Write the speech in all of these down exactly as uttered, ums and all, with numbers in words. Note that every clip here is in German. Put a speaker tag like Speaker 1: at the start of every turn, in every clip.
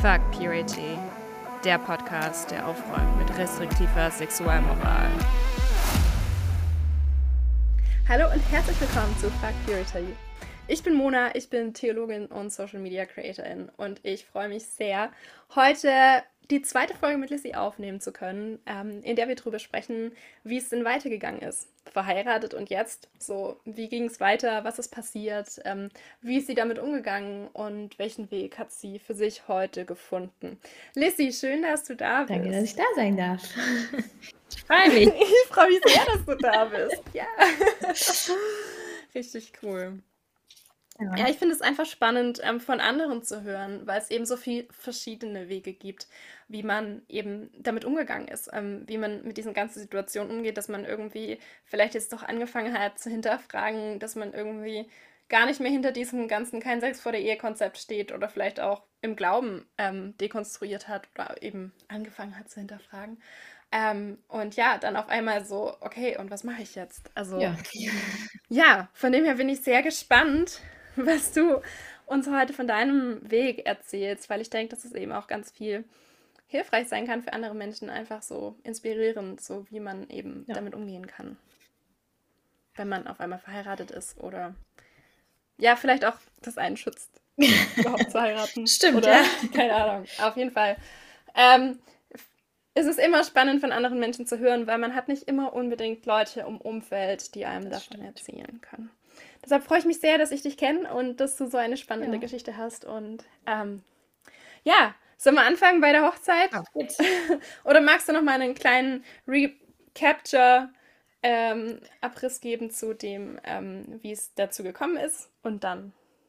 Speaker 1: Fuck Purity, der Podcast, der aufräumt mit restriktiver Sexualmoral.
Speaker 2: Hallo und herzlich willkommen zu Fuck Purity. Ich bin Mona, ich bin Theologin und Social Media Creatorin und ich freue mich sehr, heute die zweite Folge mit Lissy aufnehmen zu können, ähm, in der wir darüber sprechen, wie es denn weitergegangen ist. Verheiratet und jetzt, so, wie ging es weiter, was ist passiert, ähm, wie ist sie damit umgegangen und welchen Weg hat sie für sich heute gefunden. Lissy, schön, dass du da bist.
Speaker 3: Danke, dass ich da sein darf. Ich freue mich.
Speaker 2: Ich freue mich sehr, dass du da bist. Ja. Richtig cool. Ja, ja ich finde es einfach spannend, ähm, von anderen zu hören, weil es eben so viele verschiedene Wege gibt, wie man eben damit umgegangen ist, ähm, wie man mit diesen ganzen Situationen umgeht, dass man irgendwie vielleicht jetzt doch angefangen hat zu hinterfragen, dass man irgendwie gar nicht mehr hinter diesem ganzen kein Sex vor der Ehe-Konzept steht oder vielleicht auch im Glauben ähm, dekonstruiert hat oder eben angefangen hat zu hinterfragen. Ähm, und ja, dann auf einmal so, okay, und was mache ich jetzt? Also,
Speaker 3: Ja.
Speaker 2: ja, von dem her bin ich sehr gespannt, was du uns heute von deinem Weg erzählst, weil ich denke, dass es eben auch ganz viel hilfreich sein kann für andere Menschen, einfach so inspirierend, so wie man eben
Speaker 3: Ja.
Speaker 2: damit umgehen kann, wenn man auf einmal verheiratet ist oder ja, vielleicht auch das einen schützt, überhaupt zu heiraten.
Speaker 3: Stimmt,
Speaker 2: oder,
Speaker 3: ja.
Speaker 2: Keine Ahnung, auf jeden Fall. Ähm, es ist immer spannend von anderen Menschen zu hören, weil man hat nicht immer unbedingt Leute im Umfeld, die einem
Speaker 3: Das
Speaker 2: davon
Speaker 3: stimmt.
Speaker 2: erzählen können. Deshalb freue ich mich sehr, dass ich dich kenne und dass du so eine spannende
Speaker 3: Ja.
Speaker 2: Geschichte hast. Und ähm, ja, sollen wir anfangen bei der Hochzeit?
Speaker 3: Auf geht's.
Speaker 2: Oder magst du noch mal einen kleinen Recapture, ähm, Abriss geben zu dem, ähm, wie es dazu gekommen ist und dann,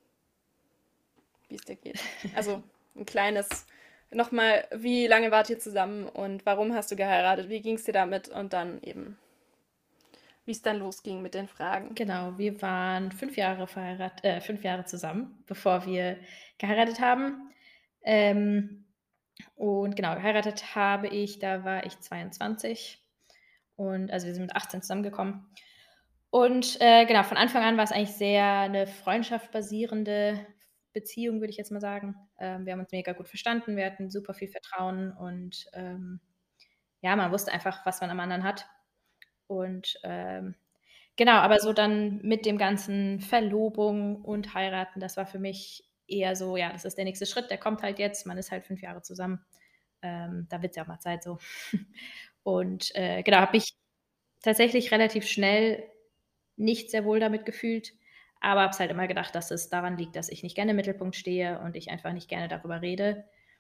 Speaker 2: wie es dir geht? Also ein kleines, nochmal, wie lange wart ihr zusammen und warum hast du geheiratet? Wie ging es dir damit? Und dann eben, wie es dann losging mit den Fragen.
Speaker 3: Genau, wir waren fünf Jahre verheiratet, äh, fünf Jahre zusammen, bevor wir geheiratet haben. Ähm, und genau, geheiratet habe ich, da war ich zweiundzwanzig. Und also wir sind mit achtzehn zusammengekommen. Und äh, genau, von Anfang an war es eigentlich sehr eine freundschaftbasierende Beziehung, würde ich jetzt mal sagen. Ähm, wir haben uns mega gut verstanden, wir hatten super viel Vertrauen und ähm, ja, man wusste einfach, was man am anderen hat. Und ähm, genau, aber so dann mit dem ganzen Verlobung und heiraten, das war für mich eher so, ja, das ist der nächste Schritt, der kommt halt jetzt, man ist halt fünf Jahre zusammen. Ähm, da wird es ja auch mal Zeit so. Und äh, genau, habe ich tatsächlich relativ schnell nicht sehr wohl damit gefühlt, aber habe es halt immer gedacht, dass es daran liegt, dass ich nicht gerne im Mittelpunkt stehe und ich einfach nicht gerne darüber rede.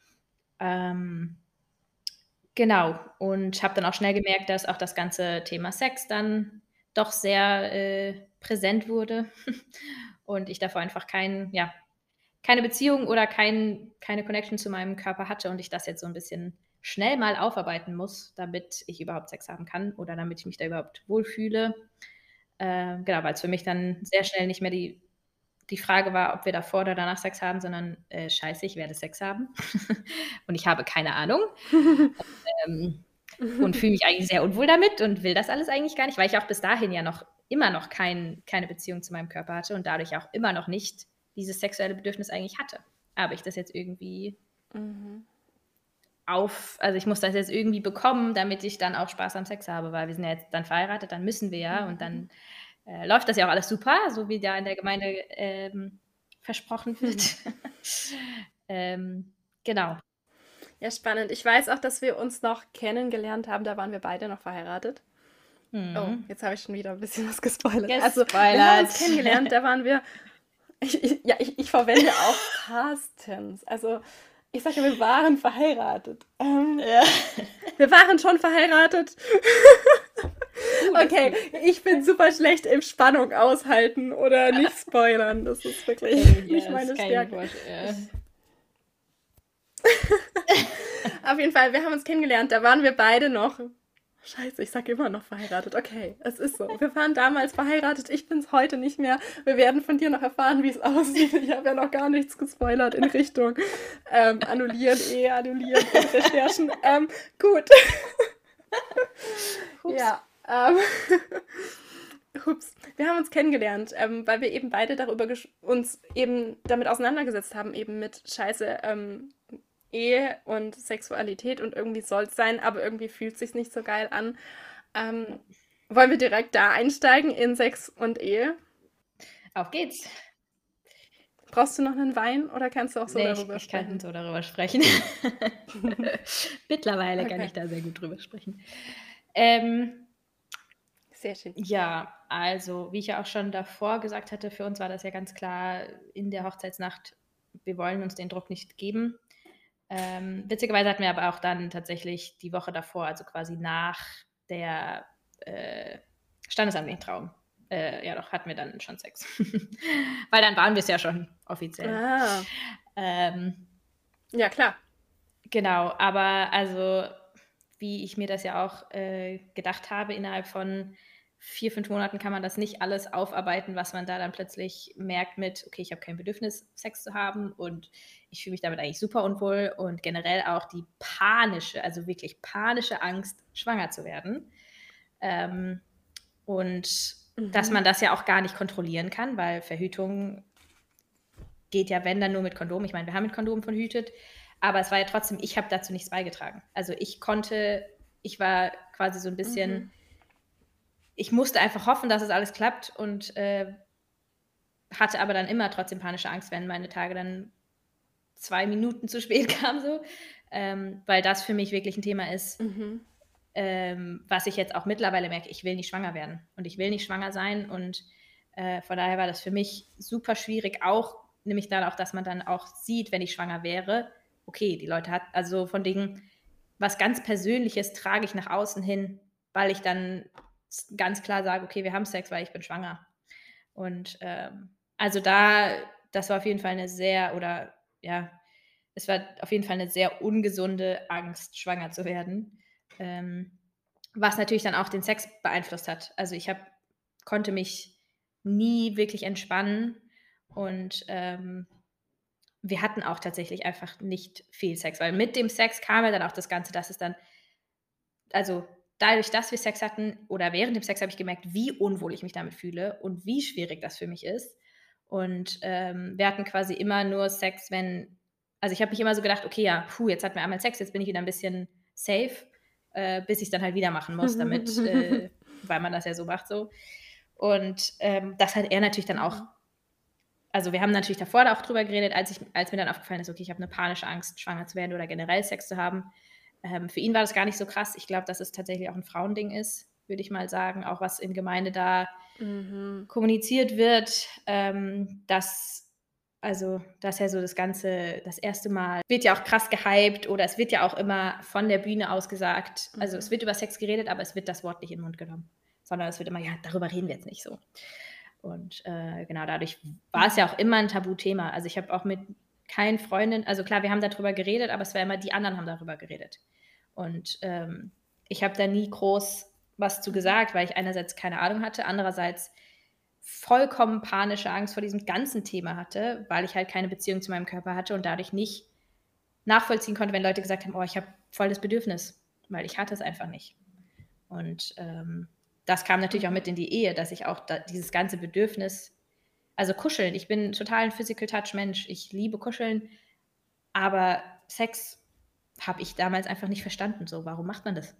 Speaker 3: Ähm, genau, und habe dann auch schnell gemerkt, dass auch das ganze Thema Sex dann doch sehr äh, präsent wurde und ich davor einfach kein, ja, keine Beziehung oder kein, keine Connection zu meinem Körper hatte und ich das jetzt so ein bisschen schnell mal aufarbeiten muss, damit ich überhaupt Sex haben kann oder damit ich mich da überhaupt wohlfühle. Äh, genau, weil es für mich dann sehr schnell nicht mehr die, die Frage war, ob wir davor oder danach Sex haben, sondern äh, scheiße, ich werde Sex haben und ich habe keine Ahnung ähm, und fühle mich eigentlich sehr unwohl damit und will das alles eigentlich gar nicht, weil ich auch bis dahin ja noch immer noch kein, keine Beziehung zu meinem Körper hatte und dadurch auch immer noch nicht dieses sexuelle Bedürfnis eigentlich hatte. Aber ich das jetzt irgendwie
Speaker 2: Mhm.
Speaker 3: auf, also ich muss das jetzt irgendwie bekommen, damit ich dann auch Spaß am Sex habe, weil wir sind ja jetzt dann verheiratet, dann müssen wir ja und dann äh, läuft das ja auch alles super, so wie da in der Gemeinde ähm, versprochen wird. ähm, genau.
Speaker 2: Ja, spannend. Ich weiß auch, dass wir uns noch kennengelernt haben, da waren wir beide noch verheiratet.
Speaker 3: Mhm.
Speaker 2: Oh, jetzt habe ich schon wieder ein bisschen was gespoilert.
Speaker 3: Gespoilert.
Speaker 2: Also, wir haben uns kennengelernt, da waren wir, ich, ich, ja, ich, ich verwende auch Past Tense. Also, ich sage, wir waren verheiratet. Ähm,
Speaker 3: Ja.
Speaker 2: wir waren schon verheiratet. Okay, ich bin super schlecht im Spannung aushalten oder nicht spoilern. Das ist wirklich
Speaker 3: Ja,
Speaker 2: nicht
Speaker 3: das
Speaker 2: meine
Speaker 3: kann ich mir
Speaker 2: Stärke.
Speaker 3: vorstellen.
Speaker 2: Auf jeden Fall, wir haben uns kennengelernt, da waren wir beide noch. Scheiße, ich sage immer noch verheiratet. Okay, es ist so. Wir waren damals verheiratet, ich bin es heute nicht mehr. Wir werden von dir noch erfahren, wie es aussieht. Ich habe ja noch gar nichts gespoilert in Richtung ähm, annullieren, Ehe, annullieren und Recherchen. Ähm, gut.
Speaker 3: Hups.
Speaker 2: Ja, ähm, Ups. Wir haben uns kennengelernt, ähm, weil wir eben beide darüber gesch- uns eben damit auseinandergesetzt haben, eben mit Scheiße, ähm, Ehe und Sexualität und irgendwie soll es sein, aber irgendwie fühlt es sich nicht so geil an. Ähm, wollen wir direkt da einsteigen in Sex und Ehe?
Speaker 3: Auf geht's.
Speaker 2: Brauchst du noch einen Wein oder kannst du auch so
Speaker 3: Nee, ich,
Speaker 2: darüber
Speaker 3: ich kann
Speaker 2: sprechen?
Speaker 3: so darüber sprechen. Mittlerweile kann
Speaker 2: Okay.
Speaker 3: ich da sehr gut drüber sprechen. Ähm,
Speaker 2: Sehr schön.
Speaker 3: ja, also wie ich ja auch schon davor gesagt hatte, für uns war das ja ganz klar in der Hochzeitsnacht, wir wollen uns den Druck nicht geben. Ähm, witzigerweise hatten wir aber auch dann tatsächlich die Woche davor, also quasi nach der äh, standesamtlichen Trauung, äh, ja doch, hatten wir dann schon Sex. Weil dann waren wir es ja schon offiziell.
Speaker 2: Ah,
Speaker 3: Ähm,
Speaker 2: ja, klar.
Speaker 3: genau, aber also wie ich mir das ja auch äh, gedacht habe, innerhalb von vier, fünf Monaten kann man das nicht alles aufarbeiten, was man da dann plötzlich merkt mit, okay, ich habe kein Bedürfnis, Sex zu haben und ich fühle mich damit eigentlich super unwohl und generell auch die panische, also wirklich panische Angst, schwanger zu werden. Ähm, und dass
Speaker 2: Mhm.
Speaker 3: man das ja auch gar nicht kontrollieren kann, weil Verhütung geht ja, wenn, dann nur mit Kondom. Ich meine, wir haben mit Kondom verhütet, aber es war ja trotzdem, ich habe dazu nichts beigetragen. Also ich konnte, ich war quasi so ein bisschen,
Speaker 2: Mhm.
Speaker 3: ich musste einfach hoffen, dass es alles klappt und äh, hatte aber dann immer trotzdem panische Angst, wenn meine Tage dann zwei Minuten zu spät kamen, so, ähm, weil das für mich wirklich ein Thema ist,
Speaker 2: Mhm.
Speaker 3: ähm, was ich jetzt auch mittlerweile merke, ich will nicht schwanger werden und ich will nicht schwanger sein und äh, von daher war das für mich super schwierig, auch nämlich dann auch, dass man dann auch sieht, wenn ich schwanger wäre, okay, die Leute hat, also von Dingen, was ganz Persönliches trage ich nach außen hin, weil ich dann ganz klar sage, okay, wir haben Sex, weil ich bin schwanger. Und ähm, also da, das war auf jeden Fall eine sehr, oder ja, es war auf jeden Fall eine sehr ungesunde Angst, schwanger zu werden. Ähm, was natürlich dann auch den Sex beeinflusst hat. Also ich hab, konnte mich nie wirklich entspannen und ähm, wir hatten auch tatsächlich einfach nicht viel Sex, weil mit dem Sex kam ja dann auch das Ganze, dass es dann, also dadurch, dass wir Sex hatten oder während dem Sex habe ich gemerkt, wie unwohl ich mich damit fühle und wie schwierig das für mich ist. Und ähm, wir hatten quasi immer nur Sex, wenn, also ich habe mich immer so gedacht, okay, ja, puh, jetzt hatten wir einmal Sex, jetzt bin ich wieder ein bisschen safe, äh, bis ich es dann halt wieder machen muss, damit, äh, weil man das ja so macht so. Und ähm, das hat er natürlich dann auch,
Speaker 2: Mhm.
Speaker 3: also wir haben natürlich davor da auch drüber geredet, als, ich, als mir dann aufgefallen ist, okay, ich habe eine panische Angst, schwanger zu werden oder generell Sex zu haben. Ähm, für ihn war das gar nicht so krass. Ich glaube, dass es tatsächlich auch ein Frauending ist, würde ich mal sagen, auch was in Gemeinde da
Speaker 2: Mhm.
Speaker 3: kommuniziert wird, ähm, dass, also, dass ja so das Ganze, das erste Mal, wird ja auch krass gehypt oder es wird ja auch immer von der Bühne aus gesagt, also es
Speaker 2: Mhm.
Speaker 3: wird über Sex geredet, aber es wird das Wort nicht in den Mund genommen, sondern es wird immer, ja, darüber reden wir jetzt nicht so. Und äh, genau dadurch war es ja
Speaker 2: Mhm.
Speaker 3: auch immer ein Tabuthema. Also ich habe auch mit keinen Freundinnen, also klar, wir haben darüber geredet, aber es war immer, die anderen haben darüber geredet. Und ähm, ich habe da nie groß was zu
Speaker 2: Mhm.
Speaker 3: gesagt, weil ich einerseits keine Ahnung hatte, andererseits vollkommen panische Angst vor diesem ganzen Thema hatte, weil ich halt keine Beziehung zu meinem Körper hatte und dadurch nicht nachvollziehen konnte, wenn Leute gesagt haben, oh, ich habe voll das Bedürfnis, weil ich hatte es einfach nicht. Und ähm, das kam natürlich auch mit in die Ehe, dass ich auch da, dieses ganze Bedürfnis, also kuscheln, ich bin total ein Physical Touch Mensch, ich liebe kuscheln, aber Sex habe ich damals einfach nicht verstanden, so, warum macht man das?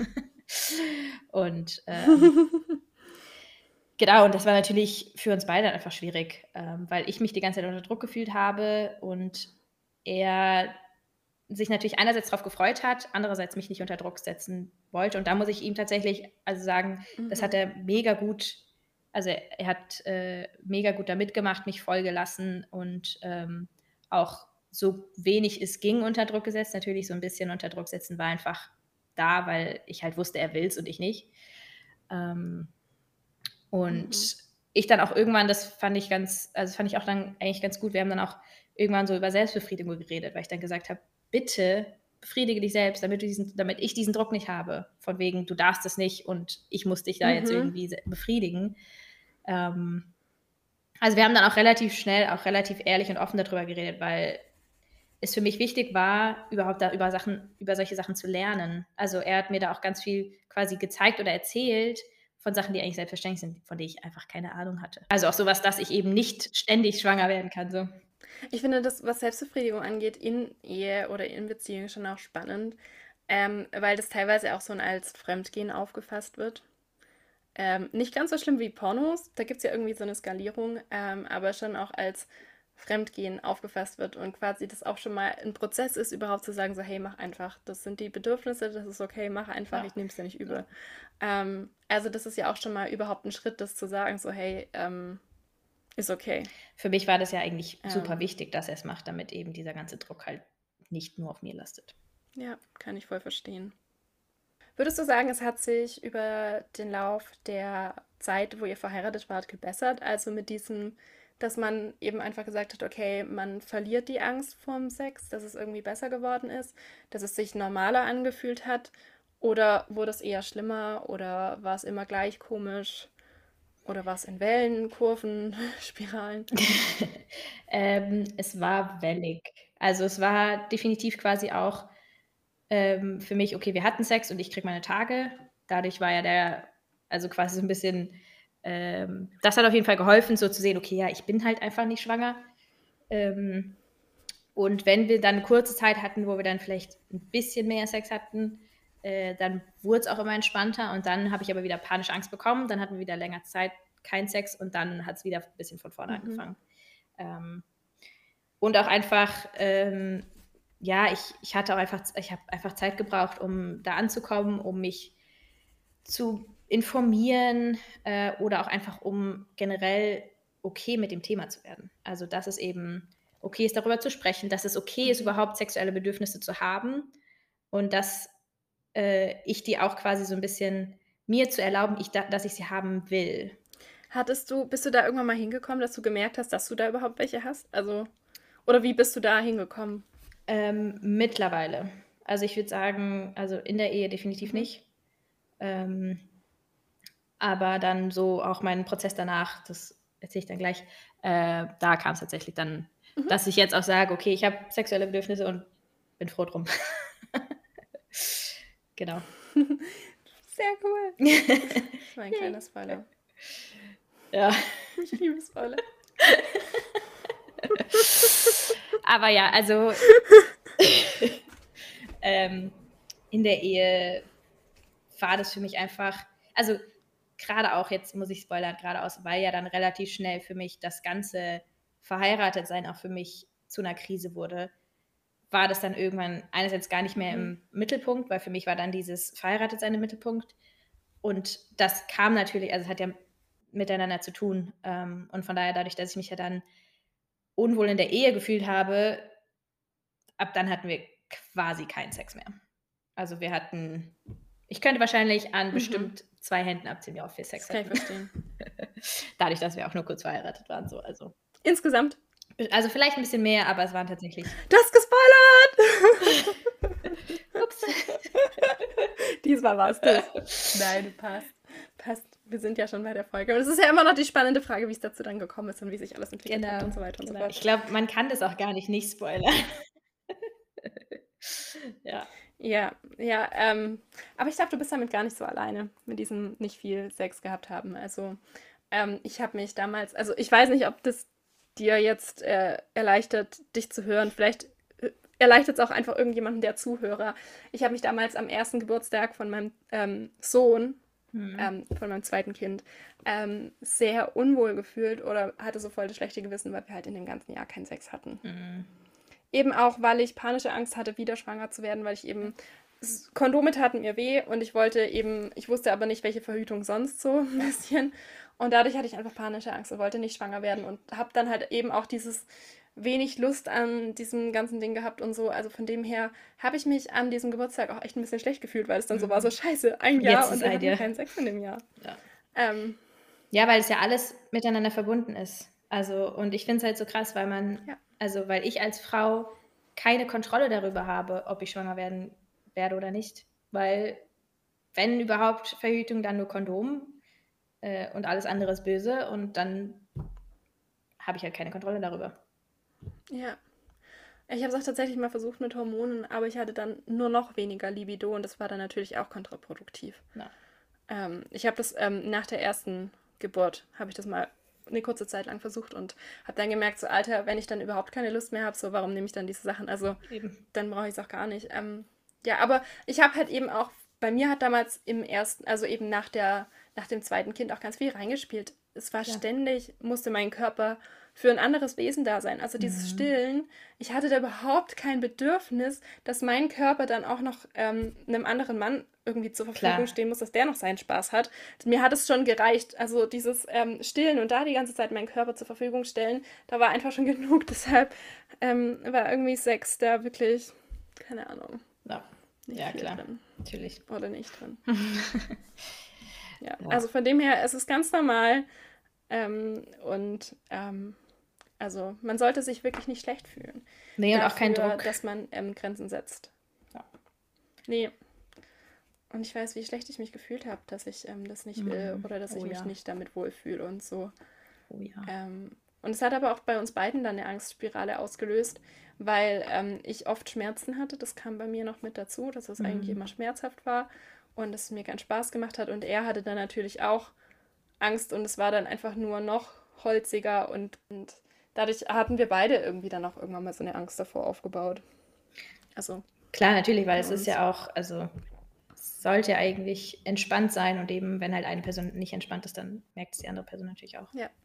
Speaker 3: Und ähm, genau, und das war natürlich für uns beide einfach schwierig, ähm, weil ich mich die ganze Zeit unter Druck gefühlt habe und er sich natürlich einerseits darauf gefreut hat, andererseits mich nicht unter Druck setzen wollte. Und da muss ich ihm tatsächlich also sagen, das hat
Speaker 2: Mhm.
Speaker 3: er mega gut, also er, er hat äh, mega gut da mitgemacht, mich voll gelassen und ähm, auch so wenig es ging unter Druck gesetzt. Natürlich so ein bisschen unter Druck setzen war einfach da, weil ich halt wusste, er will es und ich nicht. Ähm,
Speaker 2: Mhm.
Speaker 3: und ich dann auch irgendwann, das fand ich ganz, also fand ich auch dann eigentlich ganz gut, wir haben dann auch irgendwann so über Selbstbefriedigung geredet, weil ich dann gesagt habe, bitte befriedige dich selbst, damit, du diesen, damit ich diesen Druck nicht habe, von wegen, du darfst es nicht und ich muss dich da jetzt
Speaker 2: Mhm.
Speaker 3: irgendwie se- befriedigen. Ähm, also wir haben dann auch relativ schnell, auch relativ ehrlich und offen darüber geredet, weil es für mich wichtig war, überhaupt da über Sachen, über solche Sachen zu lernen. Also er hat mir da auch ganz viel quasi gezeigt oder erzählt von Sachen, die eigentlich selbstverständlich sind, von denen ich einfach keine Ahnung hatte. Also auch sowas, dass ich eben nicht ständig schwanger werden kann. So.
Speaker 2: Ich finde das, was Selbstbefriedigung angeht, in Ehe oder in Beziehung schon auch spannend, ähm, weil das teilweise auch so als Fremdgehen aufgefasst wird. Ähm, nicht ganz so schlimm wie Pornos, da gibt es ja irgendwie so eine Skalierung, ähm, aber schon auch als Fremdgehen aufgefasst wird und quasi das auch schon mal ein Prozess ist, überhaupt zu sagen, so hey, mach einfach, das sind die Bedürfnisse, das ist okay, mach einfach,
Speaker 3: Ja.
Speaker 2: ich nehme es dir nicht
Speaker 3: Ja.
Speaker 2: übel. Ähm, also das ist ja auch schon mal überhaupt ein Schritt, das zu sagen, so hey, ähm, ist okay.
Speaker 3: Für mich war das ja eigentlich super
Speaker 2: Ähm,
Speaker 3: wichtig, dass er es macht, damit eben dieser ganze Druck halt nicht nur auf mir lastet.
Speaker 2: ja, kann ich voll verstehen. Würdest du sagen, es hat sich über den Lauf der Zeit, wo ihr verheiratet wart, gebessert? Also mit diesem, dass man eben einfach gesagt hat, okay, man verliert die Angst vorm Sex, dass es irgendwie besser geworden ist, dass es sich normaler angefühlt hat? Oder wurde es eher schlimmer? Oder war es immer gleich komisch? Oder war es in Wellen, Kurven, Spiralen?
Speaker 3: ähm, es war wellig. Also es war definitiv quasi auch ähm, für mich, okay, wir hatten Sex und ich kriege meine Tage. Dadurch war ja der, also quasi so ein bisschen, ähm, das hat auf jeden Fall geholfen, so zu sehen, okay, ja, ich bin halt einfach nicht schwanger. Ähm, und wenn wir dann eine kurze Zeit hatten, wo wir dann vielleicht ein bisschen mehr Sex hatten, äh, dann wurde es auch immer entspannter und dann habe ich aber wieder panische Angst bekommen. Dann hatten wir wieder länger Zeit kein Sex und dann hat es wieder ein bisschen von vorne
Speaker 2: Mhm.
Speaker 3: angefangen. Ähm, und auch einfach, ähm, ja, ich, ich hatte auch einfach, ich habe einfach Zeit gebraucht, um da anzukommen, um mich zu informieren äh, oder auch einfach, um generell okay mit dem Thema zu werden. Also, dass es eben okay ist, darüber zu sprechen, dass es okay ist,
Speaker 2: Mhm.
Speaker 3: überhaupt sexuelle Bedürfnisse zu haben und dass äh, ich die auch quasi so ein bisschen mir zu erlauben, ich da, dass ich sie haben will.
Speaker 2: Hattest du, bist du da irgendwann mal hingekommen, dass du gemerkt hast, dass du da überhaupt welche hast? Also, oder wie bist du da hingekommen?
Speaker 3: Ähm, mittlerweile. Also ich würde sagen, also in der Ehe definitiv
Speaker 2: Mhm.
Speaker 3: nicht. Ähm, aber dann so auch meinen Prozess danach, das erzähle ich dann gleich, äh, da kam es tatsächlich dann,
Speaker 2: Mhm.
Speaker 3: dass ich jetzt auch sage, okay, ich habe sexuelle Bedürfnisse und bin froh drum. Genau.
Speaker 2: Sehr cool. Das war ein kleiner Spoiler.
Speaker 3: Ja.
Speaker 2: Ich liebe Spoiler.
Speaker 3: Aber ja, also ähm, in der Ehe war das für mich einfach, also gerade auch, jetzt muss ich spoilern, gerade aus, weil ja dann relativ schnell für mich das ganze Verheiratetsein auch für mich zu einer Krise wurde, war das dann irgendwann einerseits gar nicht mehr
Speaker 2: Mhm.
Speaker 3: im Mittelpunkt, weil für mich war dann dieses Verheiratetsein im Mittelpunkt. Und das kam natürlich, also es hat ja miteinander zu tun. Ähm, und von daher, dadurch, dass ich mich ja dann unwohl in der Ehe gefühlt habe, ab dann hatten wir quasi keinen Sex mehr. Also wir hatten, ich könnte wahrscheinlich an
Speaker 2: Mhm.
Speaker 3: bestimmt zwei Händen abziehen, wie oft wir Sex
Speaker 2: Das kann ich
Speaker 3: hatten.
Speaker 2: verstehen.
Speaker 3: Dadurch, dass wir auch nur kurz verheiratet waren. So. Also.
Speaker 2: Insgesamt?
Speaker 3: also vielleicht ein bisschen mehr, aber es waren tatsächlich.
Speaker 2: Du hast gespoilert!
Speaker 3: Ups.
Speaker 2: Diesmal war es das. Nein, passt. Passt. Wir sind ja schon bei der Folge. Und es ist ja immer noch die spannende Frage, wie es dazu dann gekommen ist und wie sich alles entwickelt
Speaker 3: Genau,
Speaker 2: hat und so weiter und
Speaker 3: genau.
Speaker 2: so fort.
Speaker 3: Ich glaube, man kann das auch gar nicht nicht spoilern. Ja.
Speaker 2: Ja, ja, ähm, aber ich glaube, du bist damit gar nicht so alleine, mit diesem nicht viel Sex gehabt haben. Also, ähm, ich habe mich damals, also ich weiß nicht, ob das dir jetzt äh, erleichtert, dich zu hören. Vielleicht äh, erleichtert es auch einfach irgendjemanden der Zuhörer. Ich habe mich damals am ersten Geburtstag von meinem ähm, Sohn,
Speaker 3: Hm.
Speaker 2: ähm, von meinem zweiten Kind, ähm, sehr unwohl gefühlt oder hatte so voll das schlechte Gewissen, weil wir halt in dem ganzen Jahr keinen Sex hatten.
Speaker 3: Hm.
Speaker 2: Eben auch, weil ich panische Angst hatte, wieder schwanger zu werden, weil ich eben s- Kondome taten mir weh und ich wollte eben, ich wusste aber nicht, welche Verhütung sonst so ein bisschen. Und dadurch hatte ich einfach panische Angst und wollte nicht schwanger werden und habe dann halt eben auch dieses wenig Lust an diesem ganzen Ding gehabt und so. Also von dem her habe ich mich an diesem Geburtstag auch echt ein bisschen schlecht gefühlt, weil es dann so war, so scheiße, ein
Speaker 3: Jetzt
Speaker 2: Jahr
Speaker 3: ist
Speaker 2: und wir
Speaker 3: ein
Speaker 2: hatten
Speaker 3: Jahr.
Speaker 2: keinen Sex in dem Jahr.
Speaker 3: Ja.
Speaker 2: Ähm,
Speaker 3: Ja, weil es ja alles miteinander verbunden ist. Also, und ich finde es halt so krass, weil man,
Speaker 2: Ja.
Speaker 3: also weil ich als Frau keine Kontrolle darüber habe, ob ich schwanger werden werde oder nicht. Weil, wenn überhaupt Verhütung, dann nur Kondom äh, und alles andere ist böse und dann habe ich halt keine Kontrolle darüber.
Speaker 2: ja. Ich habe es auch tatsächlich mal versucht mit Hormonen, aber ich hatte dann nur noch weniger Libido und das war dann natürlich auch kontraproduktiv.
Speaker 3: Ja.
Speaker 2: Ähm, ich habe das ähm, nach der ersten Geburt, habe ich das mal eine kurze Zeit lang versucht und habe dann gemerkt, so Alter, wenn ich dann überhaupt keine Lust mehr habe, so warum nehme ich dann diese Sachen? Also
Speaker 3: Eben.
Speaker 2: dann brauche ich es auch gar nicht. Ähm, ja, aber ich habe halt eben auch, bei mir hat damals im ersten, also eben nach der, nach dem zweiten Kind auch ganz viel reingespielt. Es war
Speaker 3: Ja.
Speaker 2: ständig, musste mein Körper für ein anderes Wesen da sein. Also dieses
Speaker 3: Mhm.
Speaker 2: Stillen, ich hatte da überhaupt kein Bedürfnis, dass mein Körper dann auch noch ähm, einem anderen Mann irgendwie zur Verfügung
Speaker 3: Klar.
Speaker 2: stehen muss, dass der noch seinen Spaß hat. Mir hat es schon gereicht. Also dieses ähm, Stillen und da die ganze Zeit meinen Körper zur Verfügung stellen, da war einfach schon genug. Deshalb ähm, war irgendwie Sex da wirklich, keine Ahnung,
Speaker 3: Ja,
Speaker 2: nicht
Speaker 3: ja
Speaker 2: viel
Speaker 3: klar,
Speaker 2: drin.
Speaker 3: natürlich.
Speaker 2: Oder nicht drin. Ja,
Speaker 3: Ja.
Speaker 2: also von dem her, es ist ganz normal. Ähm, und ähm, also man sollte sich wirklich nicht schlecht fühlen
Speaker 3: Nee, und auch
Speaker 2: dafür,
Speaker 3: kein Druck.
Speaker 2: dass man ähm, Grenzen setzt.
Speaker 3: Ja.
Speaker 2: Nee. Und ich weiß, wie schlecht ich mich gefühlt habe, dass ich ähm, das nicht will
Speaker 3: Mhm.
Speaker 2: oder dass
Speaker 3: Oh
Speaker 2: ich mich
Speaker 3: ja.
Speaker 2: nicht damit wohlfühle und so.
Speaker 3: Oh ja.
Speaker 2: Ähm, und es hat aber auch bei uns beiden dann eine Angstspirale ausgelöst, weil ähm, ich oft Schmerzen hatte. Das kam bei mir noch mit dazu, dass es eigentlich
Speaker 3: Mhm.
Speaker 2: immer schmerzhaft war und es mir keinen Spaß gemacht hat. Und er hatte dann natürlich auch Angst und es war dann einfach nur noch holziger und, und dadurch hatten wir beide irgendwie dann auch irgendwann mal so eine Angst davor aufgebaut. Also
Speaker 3: Klar, natürlich, weil
Speaker 2: bei
Speaker 3: es ist
Speaker 2: uns.
Speaker 3: ja auch, also es sollte ja eigentlich entspannt sein und eben, wenn halt eine Person nicht entspannt ist, dann merkt es die andere Person natürlich auch.
Speaker 2: Ja.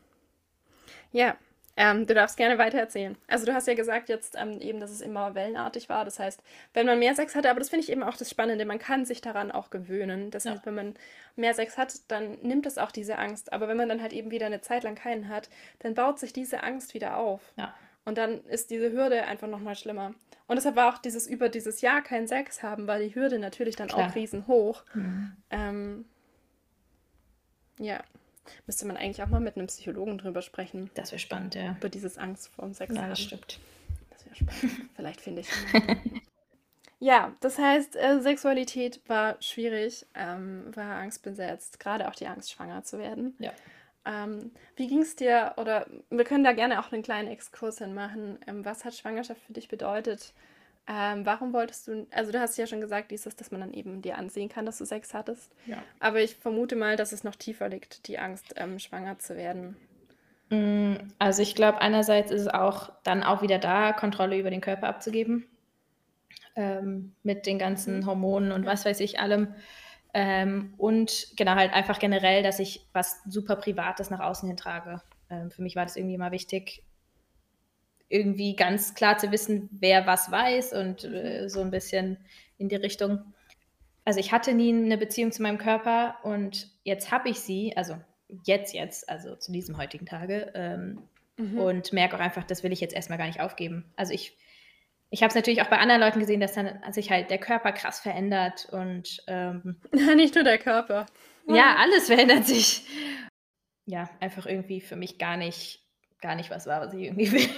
Speaker 2: Ja, ähm, du darfst gerne weiter erzählen. Also du hast ja gesagt jetzt ähm, eben, dass es immer wellenartig war. Das heißt, wenn man mehr Sex hatte, aber das finde ich eben auch das Spannende, man kann sich daran auch gewöhnen. Das
Speaker 3: Ja.
Speaker 2: heißt, wenn man mehr Sex hat, dann nimmt es auch diese Angst. Aber wenn man dann halt eben wieder eine Zeit lang keinen hat, dann baut sich diese Angst wieder auf.
Speaker 3: Ja.
Speaker 2: Und dann ist diese Hürde einfach nochmal schlimmer. Und deshalb war auch dieses über dieses Jahr kein Sex haben, war die Hürde natürlich dann
Speaker 3: Klar.
Speaker 2: auch riesenhoch.
Speaker 3: Mhm.
Speaker 2: Ähm, ja, müsste man eigentlich auch mal mit einem Psychologen drüber sprechen,
Speaker 3: Das wäre spannend, ja.
Speaker 2: über dieses Angst vor dem Sex
Speaker 3: Ja,
Speaker 2: haben.
Speaker 3: das stimmt.
Speaker 2: Das wäre spannend. Vielleicht finde ich ihn. Ja, das heißt, äh, Sexualität war schwierig, ähm, war angstbesetzt, gerade auch die Angst, schwanger zu werden.
Speaker 3: Ja.
Speaker 2: Ähm, wie ging es dir, oder wir können da gerne auch einen kleinen Exkurs hinmachen. Ähm, was hat Schwangerschaft für dich bedeutet? Ähm, warum wolltest du, also du hast ja schon gesagt, dieses, dass man dann eben dir ansehen kann, dass du Sex hattest.
Speaker 3: Ja.
Speaker 2: Aber ich vermute mal, dass es noch tiefer liegt, die Angst, ähm, schwanger zu werden.
Speaker 3: Mm, Also ich glaube, einerseits ist es auch dann auch wieder da, Kontrolle über den Körper abzugeben. Ähm, mit den ganzen
Speaker 2: Mhm.
Speaker 3: Hormonen und
Speaker 2: Ja.
Speaker 3: was weiß ich allem. Ähm, und genau halt einfach generell, dass ich was super Privates nach außen hin trage. Ähm, für mich war das irgendwie immer wichtig, irgendwie ganz klar zu wissen, wer was weiß und äh, so ein bisschen in die Richtung. Also ich hatte nie eine Beziehung zu meinem Körper und jetzt habe ich sie, also jetzt, jetzt, also zu diesem heutigen Tage ähm,
Speaker 2: Mhm.
Speaker 3: und merke auch einfach, das will ich jetzt erstmal gar nicht aufgeben. Also ich, ich habe es natürlich auch bei anderen Leuten gesehen, dass dann sich halt der Körper krass verändert und ähm,
Speaker 2: Nicht nur der Körper.
Speaker 3: ja, alles verändert sich. Ja, einfach irgendwie für mich gar nicht, gar nicht was war, was ich irgendwie will.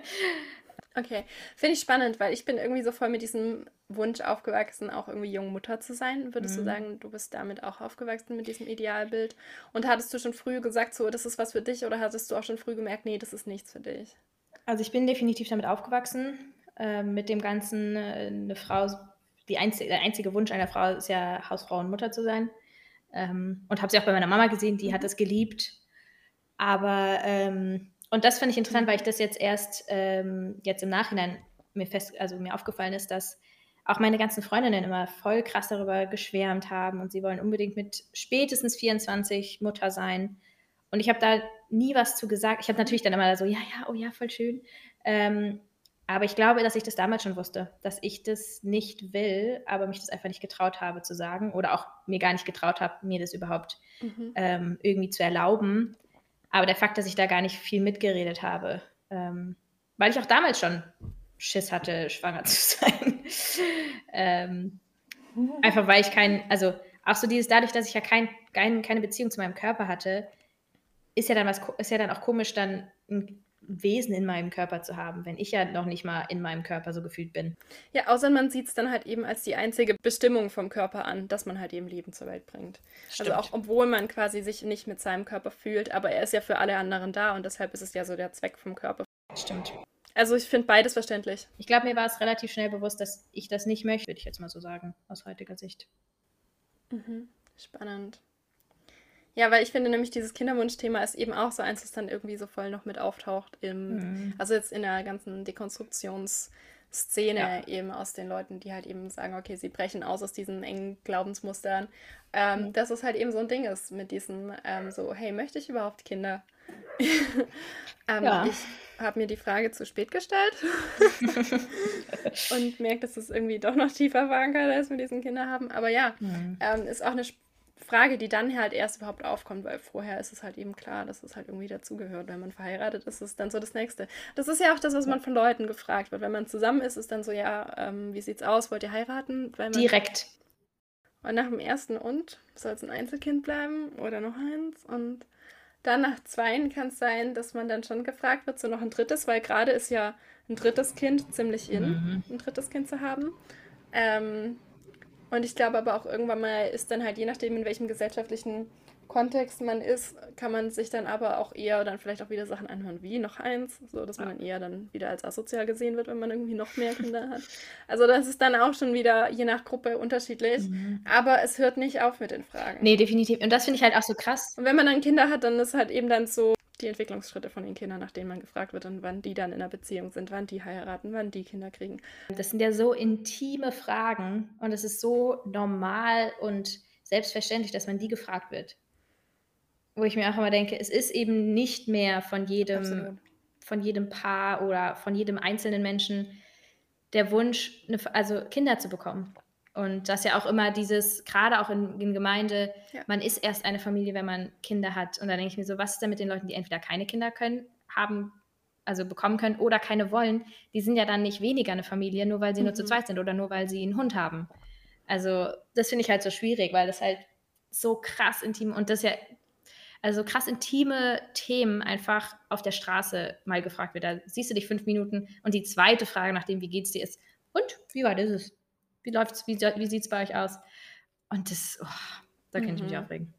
Speaker 2: Okay, finde ich spannend, weil ich bin irgendwie so voll mit diesem Wunsch aufgewachsen, auch irgendwie junge Mutter zu sein. Würdest du
Speaker 3: Mhm.
Speaker 2: sagen, du bist damit auch aufgewachsen mit diesem Idealbild? Und hattest du schon früh gesagt, so, das ist was für dich, oder hattest du auch schon früh gemerkt, nee, das ist nichts für dich?
Speaker 3: Also ich bin definitiv damit aufgewachsen, äh, mit dem Ganzen, äh, eine Frau, die einzige, der einzige Wunsch einer Frau ist ja, Hausfrau und Mutter zu sein. Ähm, und habe sie auch bei meiner Mama gesehen, die hat das geliebt. Aber, ähm, und das finde ich interessant, weil ich das jetzt erst ähm, jetzt im Nachhinein mir fest, also mir aufgefallen ist, dass auch meine ganzen Freundinnen immer voll krass darüber geschwärmt haben und sie wollen unbedingt mit spätestens vierundzwanzig Mutter sein. Und ich habe da nie was zu gesagt. Ich habe natürlich dann immer so, ja, ja, oh ja, voll schön. Ähm, aber ich glaube, dass ich das damals schon wusste, dass ich das nicht will, aber mich das einfach nicht getraut habe zu sagen oder auch mir gar nicht getraut habe, mir das überhaupt
Speaker 2: Mhm.
Speaker 3: ähm, irgendwie zu erlauben. Aber der Fakt, dass ich da gar nicht viel mitgeredet habe, ähm, weil ich auch damals schon Schiss hatte, schwanger zu sein. ähm, einfach weil ich kein, also auch so dieses, dadurch, dass ich ja kein, kein, keine Beziehung zu meinem Körper hatte, ist ja dann was, ist ja dann auch komisch, dann ein Wesen in meinem Körper zu haben, wenn ich ja noch nicht mal in meinem Körper so gefühlt bin.
Speaker 2: Ja, außer man sieht es dann halt eben als die einzige Bestimmung vom Körper an, dass man halt eben Leben zur Welt bringt.
Speaker 3: Stimmt.
Speaker 2: Also auch obwohl man quasi sich nicht mit seinem Körper fühlt, aber er ist ja für alle anderen da und deshalb ist es ja so der Zweck vom Körper.
Speaker 3: Stimmt.
Speaker 2: Also ich finde beides verständlich.
Speaker 3: Ich glaube, mir war es relativ schnell bewusst, dass ich das nicht möchte, würde ich jetzt mal so sagen, aus heutiger Sicht.
Speaker 2: Mhm. Spannend. Ja, weil ich finde nämlich, dieses Kinderwunschthema ist eben auch so eins, das dann irgendwie so voll noch mit auftaucht im,
Speaker 3: Mhm.
Speaker 2: also jetzt in der ganzen Dekonstruktionsszene
Speaker 3: Ja.
Speaker 2: eben aus den Leuten, die halt eben sagen, okay, sie brechen aus aus diesen engen Glaubensmustern, ähm,
Speaker 3: Ja.
Speaker 2: dass es halt eben so ein Ding ist mit diesen, ähm, so, hey, möchte ich überhaupt Kinder? ähm,
Speaker 3: Ja.
Speaker 2: Ich habe mir die Frage zu spät gestellt und merke, dass es irgendwie doch noch tiefer verankert ist mit diesen Kinder haben. Aber ja,
Speaker 3: Mhm.
Speaker 2: ähm, ist auch eine Sp- Frage, die dann halt erst überhaupt aufkommt, weil vorher ist es halt eben klar, dass es halt irgendwie dazugehört. Wenn man verheiratet ist, ist es dann so das Nächste. Das ist ja auch das, was man von Leuten gefragt wird. Wenn man zusammen ist, ist dann so, ja, ähm, wie sieht's aus? Wollt ihr heiraten? Weil man,
Speaker 3: Direkt.
Speaker 2: und nach dem ersten und? Soll es ein Einzelkind bleiben oder noch eins? Und dann nach zweien kann es sein, dass man dann schon gefragt wird, so noch ein drittes, weil gerade ist ja ein drittes Kind ziemlich in,
Speaker 3: Mhm.
Speaker 2: ein drittes Kind zu haben. Ähm, und ich glaube aber auch irgendwann mal ist dann halt, je nachdem, in welchem gesellschaftlichen Kontext man ist, kann man sich dann aber auch eher dann vielleicht auch wieder Sachen anhören, wie noch eins, so dass man
Speaker 3: Ja.
Speaker 2: dann eher dann wieder als asozial gesehen wird, wenn man irgendwie noch mehr Kinder hat. Also das ist dann auch schon wieder je nach Gruppe unterschiedlich,
Speaker 3: Mhm.
Speaker 2: aber es hört nicht auf mit den Fragen.
Speaker 3: Nee, definitiv. Und das finde ich halt auch so krass.
Speaker 2: Und wenn man dann Kinder hat, dann ist halt eben dann so die Entwicklungsschritte von den Kindern, nach denen man gefragt wird und wann die dann in einer Beziehung sind, wann die heiraten, wann die Kinder kriegen.
Speaker 3: Das sind ja so intime Fragen und es ist so normal und selbstverständlich, dass man die gefragt wird. Wo ich mir auch immer denke, es ist eben nicht mehr von jedem,
Speaker 2: Absolut.
Speaker 3: von jedem Paar oder von jedem einzelnen Menschen der Wunsch, eine, also Kinder zu bekommen. Und das ja auch immer dieses, gerade auch in, in Gemeinde,
Speaker 2: Ja.
Speaker 3: man ist erst eine Familie, wenn man Kinder hat. Und da denke ich mir so, was ist denn mit den Leuten, die entweder keine Kinder können, haben, also bekommen können oder keine wollen? Die sind ja dann nicht weniger eine Familie, nur weil sie nur zu
Speaker 2: Mhm.
Speaker 3: zweit sind oder nur weil sie einen Hund haben. Also das finde ich halt so schwierig, weil das halt so krass intim und das ja, also krass intime Themen einfach auf der Straße mal gefragt wird. Da siehst du dich fünf Minuten und die zweite Frage nach dem, wie geht's dir, ist, und wie weit ist es? Wie läuft's? Wie, wie sieht's bei euch aus? Und das, oh, da kann ich mich
Speaker 2: Mhm.
Speaker 3: aufregen.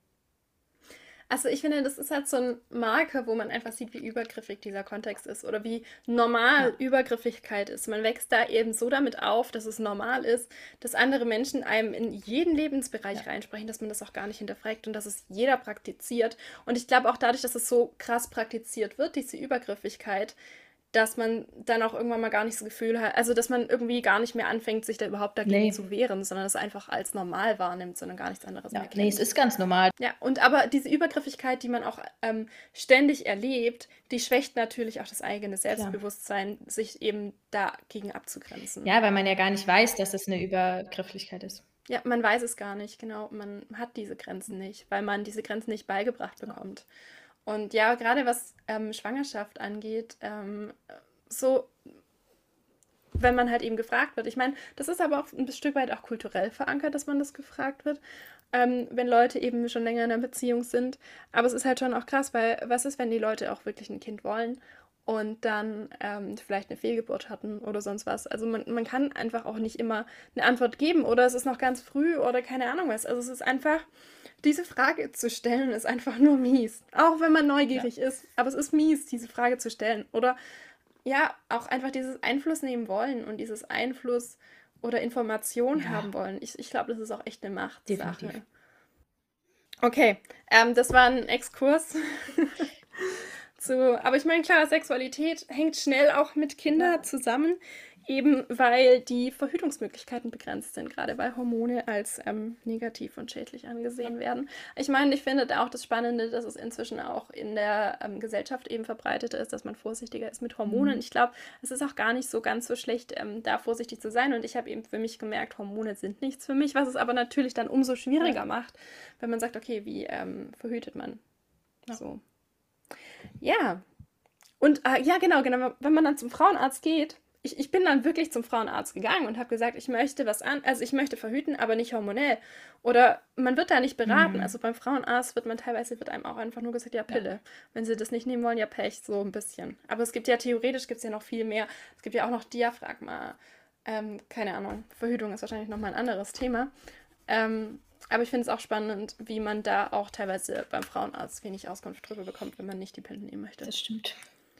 Speaker 2: Also ich finde, das ist halt so ein Marker, wo man einfach sieht, wie übergriffig dieser Kontext ist oder wie normal
Speaker 3: Ja.
Speaker 2: Übergriffigkeit ist. Man wächst da eben so damit auf, dass es normal ist, dass andere Menschen einem in jeden Lebensbereich
Speaker 3: Ja.
Speaker 2: reinsprechen, dass man das auch gar nicht hinterfragt und dass es jeder praktiziert. Und ich glaube auch dadurch, dass es so krass praktiziert wird, diese Übergriffigkeit, dass man dann auch irgendwann mal gar nicht das Gefühl hat, also dass man irgendwie gar nicht mehr anfängt, sich da überhaupt dagegen
Speaker 3: Nee.
Speaker 2: zu wehren, sondern es einfach als normal wahrnimmt, sondern gar nichts anderes
Speaker 3: Ja.
Speaker 2: mehr kennt.
Speaker 3: Nee, es ist ganz normal.
Speaker 2: Ja, und aber diese Übergriffigkeit, die man auch ähm, ständig erlebt, die schwächt natürlich auch das eigene Selbstbewusstsein, sich eben dagegen abzugrenzen.
Speaker 3: Ja, weil man ja gar nicht weiß, dass es eine Übergrifflichkeit ist.
Speaker 2: Ja, man weiß es gar nicht, genau. Man hat diese Grenzen nicht, weil man diese Grenzen nicht beigebracht bekommt. Und ja, gerade was ähm, Schwangerschaft angeht, ähm, so, wenn man halt eben gefragt wird. Ich meine, das ist aber auch ein Stück weit auch kulturell verankert, dass man das gefragt wird, ähm, wenn Leute eben schon länger in einer Beziehung sind. Aber es ist halt schon auch krass, weil was ist, wenn die Leute auch wirklich ein Kind wollen und dann ähm, vielleicht eine Fehlgeburt hatten oder sonst was. Also man, man kann einfach auch nicht immer eine Antwort geben oder es ist noch ganz früh oder keine Ahnung was. Also es ist einfach, diese Frage zu stellen, ist einfach nur mies. Auch wenn man neugierig ja. ist. Aber es ist mies, diese Frage zu stellen. Oder ja, auch einfach dieses Einfluss nehmen wollen und dieses Einfluss oder Information
Speaker 3: Ja.
Speaker 2: haben wollen. Ich, ich glaube, das ist auch echt eine Machtsache.
Speaker 3: Definitiv.
Speaker 2: Okay, ähm, das war ein Exkurs. zu, aber ich meine, klar, Sexualität hängt schnell auch mit Kindern ja. zusammen, eben weil die Verhütungsmöglichkeiten begrenzt sind, gerade weil Hormone als ähm, negativ und schädlich angesehen ja. werden. Ich meine, ich finde da auch das Spannende, dass es inzwischen auch in der ähm, Gesellschaft eben verbreitet ist, dass man vorsichtiger ist mit Hormonen. Mhm. Ich glaube, es ist auch gar nicht so ganz so schlecht, ähm, da vorsichtig zu sein. Und ich habe eben für mich gemerkt, Hormone sind nichts für mich, was es aber natürlich dann umso schwieriger ja. macht, wenn man sagt, okay, wie ähm, verhütet man? Ja. So. Ja. Und äh, ja, genau, genau, wenn man dann zum Frauenarzt geht, Ich, ich bin dann wirklich zum Frauenarzt gegangen und habe gesagt, ich möchte was an, also ich möchte verhüten, aber nicht hormonell. Oder man wird da nicht beraten. Mhm. Also beim Frauenarzt wird man teilweise, wird einem auch einfach nur gesagt, ja, Pille. Ja. Wenn sie das nicht nehmen wollen, ja, Pech, so ein bisschen. Aber es gibt ja, theoretisch gibt es ja noch viel mehr. Es gibt ja auch noch Diaphragma. Ähm, keine Ahnung, Verhütung ist wahrscheinlich nochmal ein anderes Thema. Ähm, aber ich finde es auch spannend, wie man da auch teilweise beim Frauenarzt wenig Auskunft drüber bekommt, wenn man nicht die Pillen nehmen möchte.
Speaker 3: Das stimmt.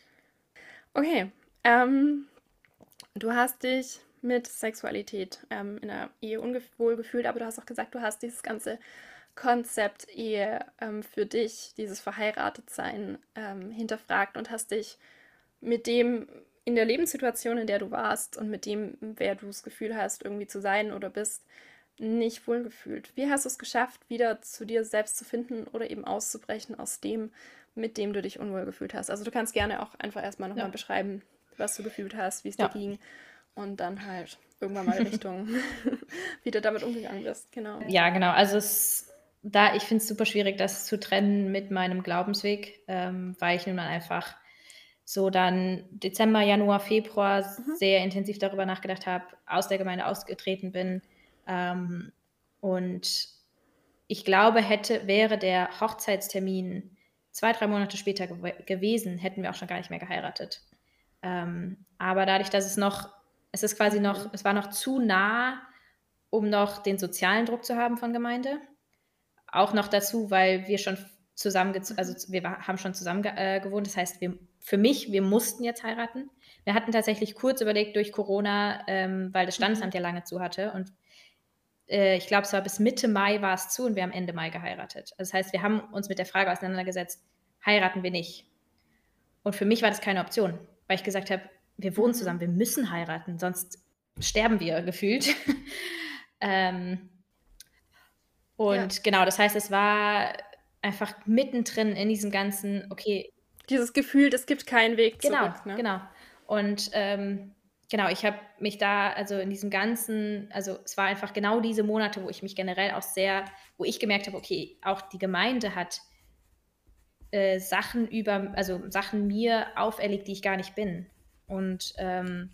Speaker 2: Okay, ähm... Du hast dich mit Sexualität ähm, in der Ehe unwohl gefühlt, aber du hast auch gesagt, du hast dieses ganze Konzept Ehe ähm, für dich, dieses Verheiratetsein, ähm, hinterfragt und hast dich mit dem in der Lebenssituation, in der du warst und mit dem, wer du das Gefühl hast, irgendwie zu sein oder bist, nicht wohlgefühlt. Wie hast du es geschafft, wieder zu dir selbst zu finden oder eben auszubrechen aus dem, mit dem du dich unwohl gefühlt hast? Also du kannst gerne auch einfach erstmal nochmal
Speaker 3: Ja.
Speaker 2: beschreiben, was du gefühlt hast, wie es dir
Speaker 3: Ja.
Speaker 2: ging und dann halt irgendwann mal Richtung, wie du damit umgegangen bist. Genau.
Speaker 3: Ja, genau. Also es, da, ich finde es super schwierig, das zu trennen mit meinem Glaubensweg, ähm, weil ich nun mal einfach so dann Dezember, Januar, Februar
Speaker 2: Mhm.
Speaker 3: sehr intensiv darüber nachgedacht habe, aus der Gemeinde ausgetreten bin. Ähm, und ich glaube, hätte, wäre der Hochzeitstermin zwei, drei Monate später gew- gewesen, hätten wir auch schon gar nicht mehr geheiratet. Ähm, aber dadurch, dass es noch, es ist quasi noch,
Speaker 2: Mhm.
Speaker 3: es war noch zu nah, um noch den sozialen Druck zu haben von Gemeinde. Auch noch dazu, weil wir schon zusammen, also wir war, haben schon zusammen ge- äh, gewohnt. Das heißt, wir, für mich, wir mussten jetzt heiraten. Wir hatten tatsächlich kurz überlegt durch Corona, ähm, weil das Standesamt ja lange zu hatte. Und äh, ich glaube, es war bis Mitte Mai war es zu und wir haben Ende Mai geheiratet. Also das heißt, wir haben uns mit der Frage auseinandergesetzt, heiraten wir nicht? Und für mich war das keine Option, weil ich gesagt habe, wir wohnen
Speaker 2: Mhm.
Speaker 3: zusammen, wir müssen heiraten, sonst sterben wir gefühlt. ähm, und
Speaker 2: Ja.
Speaker 3: genau, das heißt, es war einfach mittendrin in diesem ganzen, okay,
Speaker 2: Dieses Gefühl, es gibt keinen Weg
Speaker 3: genau,
Speaker 2: zurück, ne?
Speaker 3: genau. Und ähm, genau, ich habe mich da, also in diesem ganzen, also es war einfach genau diese Monate, wo ich mich generell auch sehr, wo ich gemerkt habe, okay, auch die Gemeinde hat äh, Sachen über, also Sachen mir auferlegt, die ich gar nicht bin. Und ähm,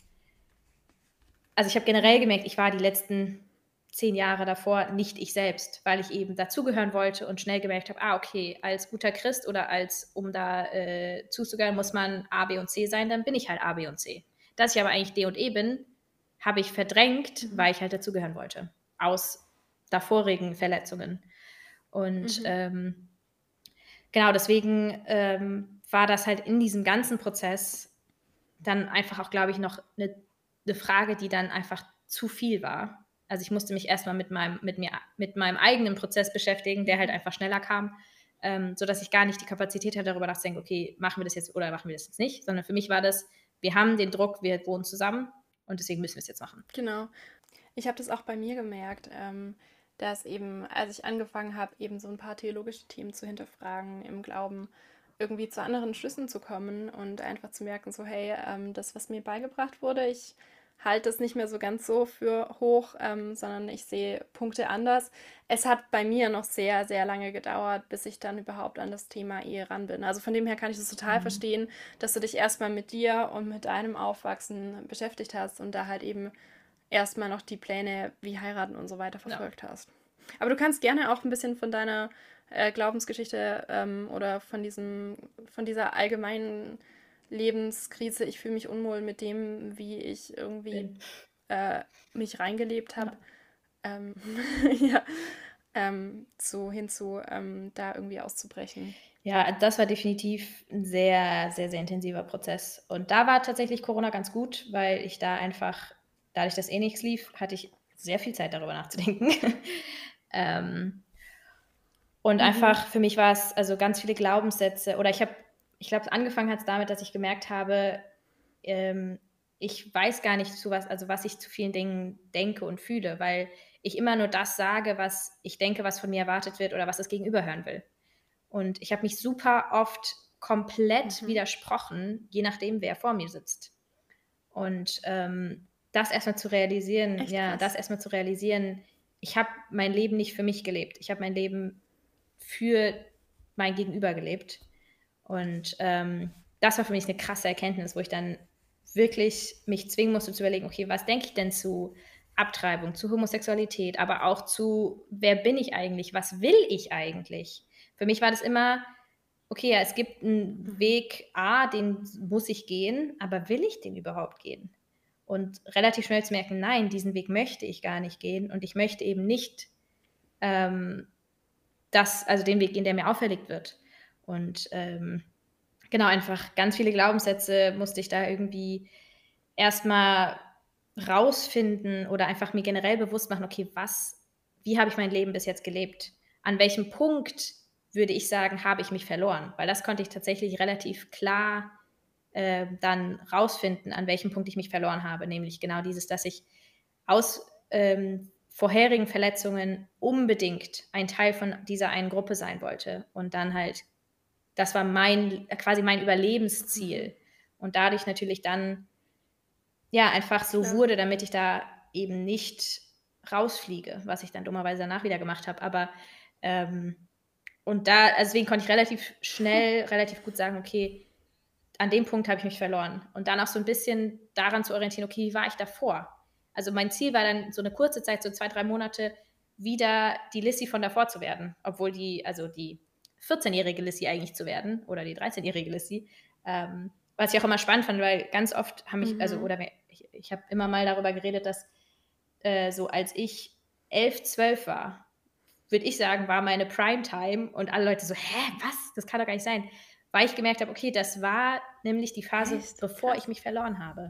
Speaker 3: also ich habe generell gemerkt, ich war die letzten zehn Jahre davor nicht ich selbst, weil ich eben dazugehören wollte und schnell gemerkt habe, ah, okay, als guter Christ oder als, um da äh, zuzugehören, muss man A, B und C sein, dann bin ich halt A, B und C. Dass ich aber eigentlich D und E bin, habe ich verdrängt, weil ich halt dazugehören wollte. Aus davorigen Verletzungen. Und
Speaker 2: Mhm.
Speaker 3: ähm, genau, deswegen ähm, war das halt in diesem ganzen Prozess dann einfach auch, glaube ich, noch eine ne Frage, die dann einfach zu viel war. Also ich musste mich erstmal mit meinem, mit mir, mit meinem eigenen Prozess beschäftigen, der halt einfach schneller kam, ähm, sodass ich gar nicht die Kapazität hatte, darüber nachzudenken, okay, machen wir das jetzt oder machen wir das jetzt nicht, sondern für mich war das, wir haben den Druck, wir wohnen zusammen und deswegen müssen wir es jetzt machen.
Speaker 2: Genau. Ich habe das auch bei mir gemerkt, ähm, dass eben, als ich angefangen habe, eben so ein paar theologische Themen zu hinterfragen, im Glauben irgendwie zu anderen Schlüssen zu kommen und einfach zu merken, so hey, ähm, das, was mir beigebracht wurde, ich halte es nicht mehr so ganz so für hoch, ähm, sondern ich sehe Punkte anders. Es hat bei mir noch sehr, sehr lange gedauert, bis ich dann überhaupt an das Thema Ehe ran bin. Also von dem her kann ich das total verstehen, dass du dich erstmal mit dir und mit deinem Aufwachsen beschäftigt hast und da halt eben erstmal noch die Pläne wie heiraten und so weiter
Speaker 3: Ja.
Speaker 2: verfolgt hast. Aber du kannst gerne auch ein bisschen von deiner äh, Glaubensgeschichte ähm, oder von diesem, von dieser allgemeinen Lebenskrise, ich fühle mich unwohl mit dem, wie ich irgendwie äh, mich reingelebt habe,
Speaker 3: Ja.
Speaker 2: ähm, ja, ähm, zu, hinzu, ähm, da irgendwie auszubrechen.
Speaker 3: Ja, das war definitiv ein sehr, sehr, sehr intensiver Prozess. Und da war tatsächlich Corona ganz gut, weil ich da einfach, dadurch, dass eh nichts lief, hatte ich sehr viel Zeit darüber nachzudenken. ähm, und
Speaker 2: Mhm.
Speaker 3: einfach für mich war es also ganz viele Glaubenssätze oder ich habe, ich glaube, angefangen hat es damit, dass ich gemerkt habe, ähm, ich weiß gar nicht zu was, also was ich zu vielen Dingen denke und fühle, weil ich immer nur das sage, was ich denke, was von mir erwartet wird oder was das Gegenüber hören will. Und ich habe mich super oft komplett
Speaker 2: Mhm.
Speaker 3: widersprochen, je nachdem, wer vor mir sitzt. Und ähm, das erstmal zu realisieren,
Speaker 2: Echt
Speaker 3: ja,
Speaker 2: krass.
Speaker 3: das erstmal zu realisieren, ich habe mein Leben nicht für mich gelebt. Ich habe mein Leben für mein Gegenüber gelebt. Und ähm, das war für mich eine krasse Erkenntnis, wo ich dann wirklich mich zwingen musste zu überlegen, okay, was denke ich denn zu Abtreibung, zu Homosexualität, aber auch zu, wer bin ich eigentlich, was will ich eigentlich? Für mich war das immer, okay, ja, es gibt einen Weg A, den muss ich gehen, aber will ich den überhaupt gehen? Und relativ schnell zu merken, nein, diesen Weg möchte ich gar nicht gehen und ich möchte eben nicht ähm, das, also den Weg gehen, der mir auferlegt wird. Und ähm, genau, einfach ganz viele Glaubenssätze musste ich da irgendwie erstmal rausfinden oder einfach mir generell bewusst machen, okay, was, wie habe ich mein Leben bis jetzt gelebt? an welchem Punkt würde ich sagen, habe ich mich verloren? Weil das konnte ich tatsächlich relativ klar äh, dann rausfinden, an welchem Punkt ich mich verloren habe. Nämlich genau dieses, dass ich aus ähm, vorherigen Verletzungen unbedingt ein Teil von dieser einen Gruppe sein wollte. Und dann halt, das war mein, quasi mein Überlebensziel. Und dadurch natürlich dann, ja, einfach so
Speaker 2: Klar.
Speaker 3: wurde, damit ich da eben nicht rausfliege, was ich dann dummerweise danach wieder gemacht habe. Aber, ähm, und da, also deswegen konnte ich relativ schnell, relativ gut sagen, okay, an dem Punkt habe ich mich verloren. Und dann auch so ein bisschen daran zu orientieren, okay, wie war ich davor? Also mein Ziel war dann so eine kurze Zeit, so zwei, drei Monate, wieder die Lissy von davor zu werden. Obwohl die, also die vierzehnjährige Lissy eigentlich zu werden oder die dreizehnjährige Lissy. Ähm, was ich auch immer spannend fand, weil ganz oft haben mich,
Speaker 2: Mhm.
Speaker 3: also, oder ich, ich habe immer mal darüber geredet, dass äh, so als ich elf, zwölf war, würde ich sagen, war meine Primetime und alle Leute so, hä, was? Das kann doch gar nicht sein. Weil ich gemerkt habe, okay, das war nämlich die Phase,
Speaker 2: Echt?
Speaker 3: bevor
Speaker 2: Krass.
Speaker 3: ich mich verloren habe.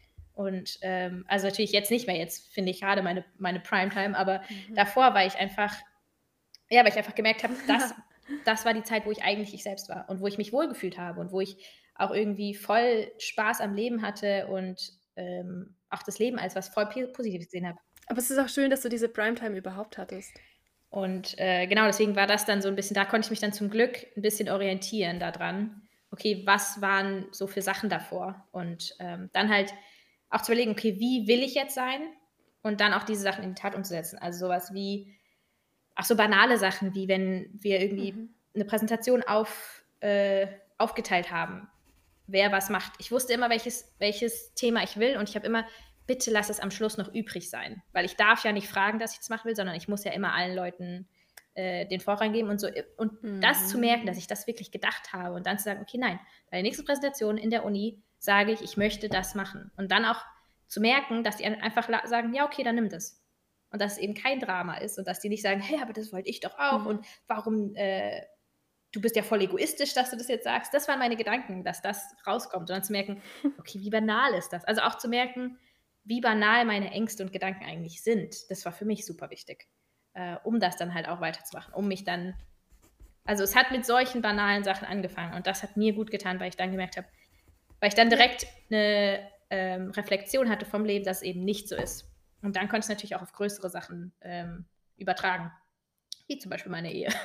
Speaker 3: Und ähm, also natürlich jetzt nicht mehr, jetzt finde ich gerade meine, meine Primetime, aber
Speaker 2: Mhm.
Speaker 3: davor war ich einfach, ja, weil ich einfach gemerkt habe, das, das war die Zeit, wo ich eigentlich ich selbst war und wo ich mich wohlgefühlt habe und wo ich auch irgendwie voll Spaß am Leben hatte und ähm, auch das Leben als was voll Positives gesehen habe.
Speaker 2: Aber es ist auch schön, dass du diese Primetime überhaupt hattest.
Speaker 3: Und äh, genau, deswegen war das dann so ein bisschen, da konnte ich mich dann zum Glück ein bisschen orientieren daran. Okay, was waren so für Sachen davor? Und ähm, dann halt auch zu überlegen, okay, wie will ich jetzt sein? Und dann auch diese Sachen in die Tat umzusetzen. Also sowas wie, auch so banale Sachen, wie wenn wir irgendwie
Speaker 2: Mhm.
Speaker 3: eine Präsentation auf, äh, aufgeteilt haben, wer was macht. Ich wusste immer, welches, welches Thema ich will und ich habe immer, bitte lass es am Schluss noch übrig sein. Weil ich darf ja nicht fragen, dass ich das machen will, sondern ich muss ja immer allen Leuten äh, den Vorrang geben und so. Und
Speaker 2: Mhm.
Speaker 3: das zu merken, dass ich das wirklich gedacht habe und dann zu sagen, okay, nein, bei der nächsten Präsentation in der Uni sage ich, ich möchte das machen. Und dann auch zu merken, dass die einfach sagen, ja, okay, dann nimm das. Und dass es eben kein Drama ist und dass die nicht sagen, hey, aber das wollte ich doch auch
Speaker 2: Mhm.
Speaker 3: und warum, äh, du bist ja voll egoistisch, dass du das jetzt sagst. Das waren meine Gedanken, dass das rauskommt. Und dann zu merken, okay, wie banal ist das? Also auch zu merken, wie banal meine Ängste und Gedanken eigentlich sind. Das war für mich super wichtig, äh, um das dann halt auch weiterzumachen, um mich dann, also es hat mit solchen banalen Sachen angefangen und das hat mir gut getan, weil ich dann gemerkt habe, weil ich dann direkt eine ähm, Reflexion hatte vom Leben, dass es eben nicht so ist. Und dann konnte ich es natürlich auch auf größere Sachen ähm, übertragen, wie zum Beispiel meine Ehe.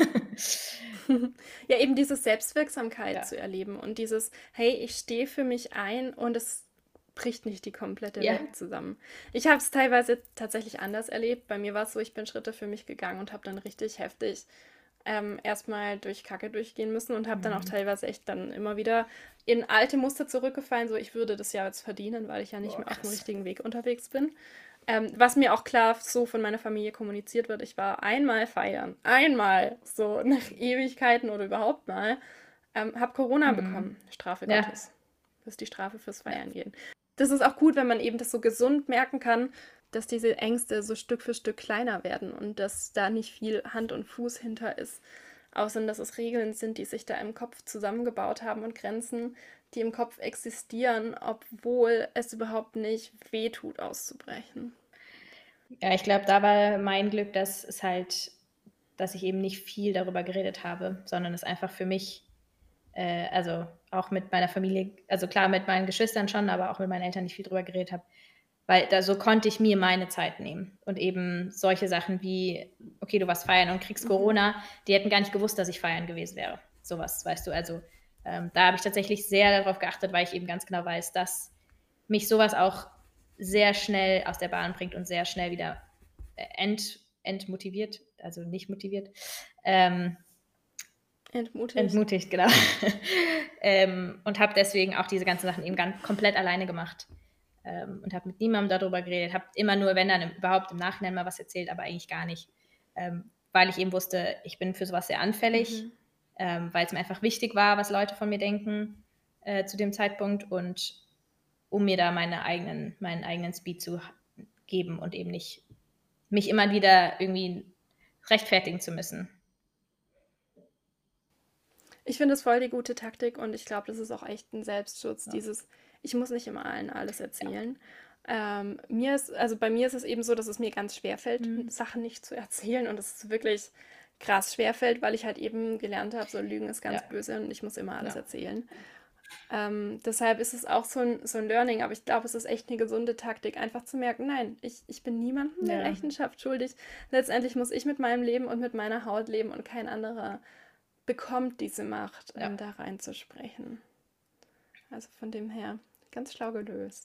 Speaker 2: Ja, eben diese Selbstwirksamkeit
Speaker 3: Ja.
Speaker 2: zu erleben und dieses, hey, ich stehe für mich ein und es bricht nicht die komplette
Speaker 3: Ja.
Speaker 2: Welt zusammen. Ich habe es teilweise tatsächlich anders erlebt. Bei mir war es so, ich bin Schritte für mich gegangen und habe dann richtig heftig ähm, erstmal durch Kacke durchgehen müssen und habe dann auch
Speaker 3: Mhm.
Speaker 2: teilweise echt dann immer wieder in alte Muster zurückgefallen, so ich würde das ja jetzt verdienen, weil ich ja nicht
Speaker 3: Boah,
Speaker 2: mehr auf dem
Speaker 3: krass.
Speaker 2: richtigen Weg unterwegs bin. Ähm, was mir auch klar so von meiner Familie kommuniziert wird, ich war einmal feiern, einmal, so nach Ewigkeiten oder überhaupt mal, ähm, habe Corona
Speaker 3: Mhm.
Speaker 2: bekommen, Strafe
Speaker 3: Ja.
Speaker 2: Gottes. Das ist die Strafe fürs Feiern gehen. Das ist auch gut, wenn man eben das so gesund merken kann, dass diese Ängste so Stück für Stück kleiner werden und dass da nicht viel Hand und Fuß hinter ist, außer dass es Regeln sind, die sich da im Kopf zusammengebaut haben und Grenzen, die im Kopf existieren, obwohl es überhaupt nicht wehtut, auszubrechen.
Speaker 3: Ja, ich glaube, da war mein Glück, dass es halt, dass ich eben nicht viel darüber geredet habe, sondern es einfach für mich, äh, also auch mit meiner Familie, also klar mit meinen Geschwistern schon, aber auch mit meinen Eltern nicht viel drüber geredet habe. Weil da so konnte ich mir meine Zeit nehmen. Und eben solche Sachen wie, okay, du warst feiern und kriegst Corona, die hätten gar nicht gewusst, dass ich feiern gewesen wäre. Sowas, weißt du. Also ähm, da habe ich tatsächlich sehr darauf geachtet, weil ich eben ganz genau weiß, dass mich sowas auch sehr schnell aus der Bahn bringt und sehr schnell wieder äh, ent, entmotiviert, also nicht motiviert. Ähm,
Speaker 2: Entmutigt.
Speaker 3: entmutigt, genau. ähm, und habe deswegen auch diese ganzen Sachen eben ganz komplett alleine gemacht. Ähm, und habe mit niemandem darüber geredet, habe immer nur, wenn dann im, überhaupt im Nachhinein mal was erzählt, aber eigentlich gar nicht, ähm, weil ich eben wusste, ich bin für sowas sehr anfällig,
Speaker 2: Mhm.
Speaker 3: ähm, weil es mir einfach wichtig war, was Leute von mir denken äh, zu dem Zeitpunkt und um mir da meine eigenen, meinen eigenen Speed zu geben und eben nicht mich immer wieder irgendwie rechtfertigen zu müssen.
Speaker 2: Ich finde es voll die gute Taktik und ich glaube, das ist auch echt ein Selbstschutz,
Speaker 3: Ja.
Speaker 2: dieses, ich muss nicht immer allen alles erzählen. Ähm, mir ist, also bei mir ist es eben so, dass es mir ganz schwer fällt,
Speaker 3: Mhm.
Speaker 2: Sachen nicht zu erzählen und es ist wirklich krass schwerfällt, weil ich halt eben gelernt habe, so Lügen ist ganz
Speaker 3: Ja,
Speaker 2: böse und ich muss immer alles
Speaker 3: ja.
Speaker 2: erzählen. Ähm, deshalb ist es auch so ein, so ein Learning, aber ich glaube, es ist echt eine gesunde Taktik, einfach zu merken, nein, ich, ich bin niemandem mehr
Speaker 3: Ja.
Speaker 2: Rechenschaft schuldig. Letztendlich muss ich mit meinem Leben und mit meiner Haut leben und kein anderer bekommt diese Macht,
Speaker 3: Ja.
Speaker 2: ähm, da reinzusprechen. Also von dem her, ganz schlau gelöst.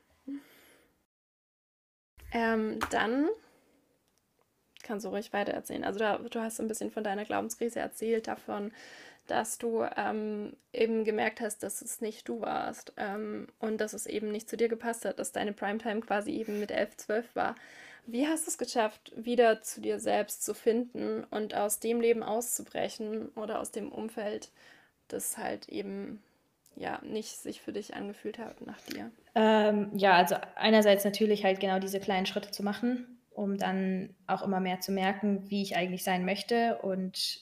Speaker 2: Ähm, dann kannst du ruhig weiter erzählen. Also da, du hast so ein bisschen von deiner Glaubenskrise erzählt, davon, dass du ähm, eben gemerkt hast, dass es nicht du warst ähm, und dass es eben nicht zu dir gepasst hat, dass deine Primetime quasi eben mit elf, zwölf war. Wie hast du es geschafft, wieder zu dir selbst zu finden und aus dem Leben auszubrechen oder aus dem Umfeld, das halt eben ja nicht sich für dich angefühlt hat nach dir?
Speaker 3: Ähm, ja, also einerseits natürlich halt genau diese kleinen Schritte zu machen, um dann auch immer mehr zu merken, wie ich eigentlich sein möchte und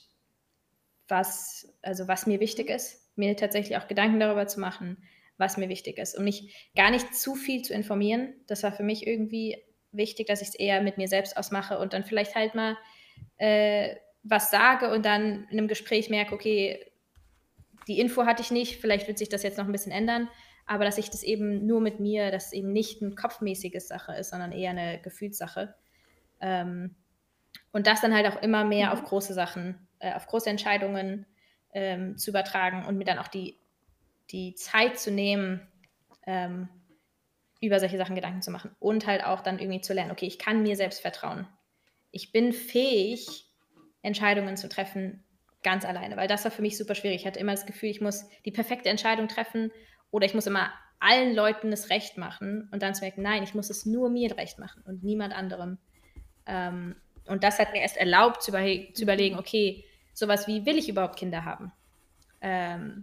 Speaker 3: was, also was mir wichtig
Speaker 2: Mhm.
Speaker 3: ist, mir tatsächlich auch Gedanken darüber zu machen, was mir wichtig ist, um mich gar nicht zu viel zu informieren. Das war für mich irgendwie wichtig, dass ich es eher mit mir selbst ausmache und dann vielleicht halt mal äh, was sage und dann in einem Gespräch merke, okay, die Info hatte ich nicht, vielleicht wird sich das jetzt noch ein bisschen ändern, aber dass ich das eben nur mit mir, dass es eben nicht eine kopfmäßige Sache ist, sondern eher eine Gefühlssache. Ähm, und das dann halt auch immer mehr auf
Speaker 2: Mhm.
Speaker 3: große Sachen, äh, auf große Entscheidungen ähm, zu übertragen und mir dann auch die, die Zeit zu nehmen, ähm, über solche Sachen Gedanken zu machen und halt auch dann irgendwie zu lernen, okay, ich kann mir selbst vertrauen. Ich bin fähig, Entscheidungen zu treffen, ganz alleine, weil das war für mich super schwierig. Ich hatte immer das Gefühl, ich muss die perfekte Entscheidung treffen oder ich muss immer allen Leuten das Recht machen und dann zu merken, nein, ich muss es nur mir recht machen und niemand anderem. Ähm, und das hat mir erst erlaubt zu, überhe- zu überlegen, okay, sowas wie, will ich überhaupt Kinder haben? Ähm,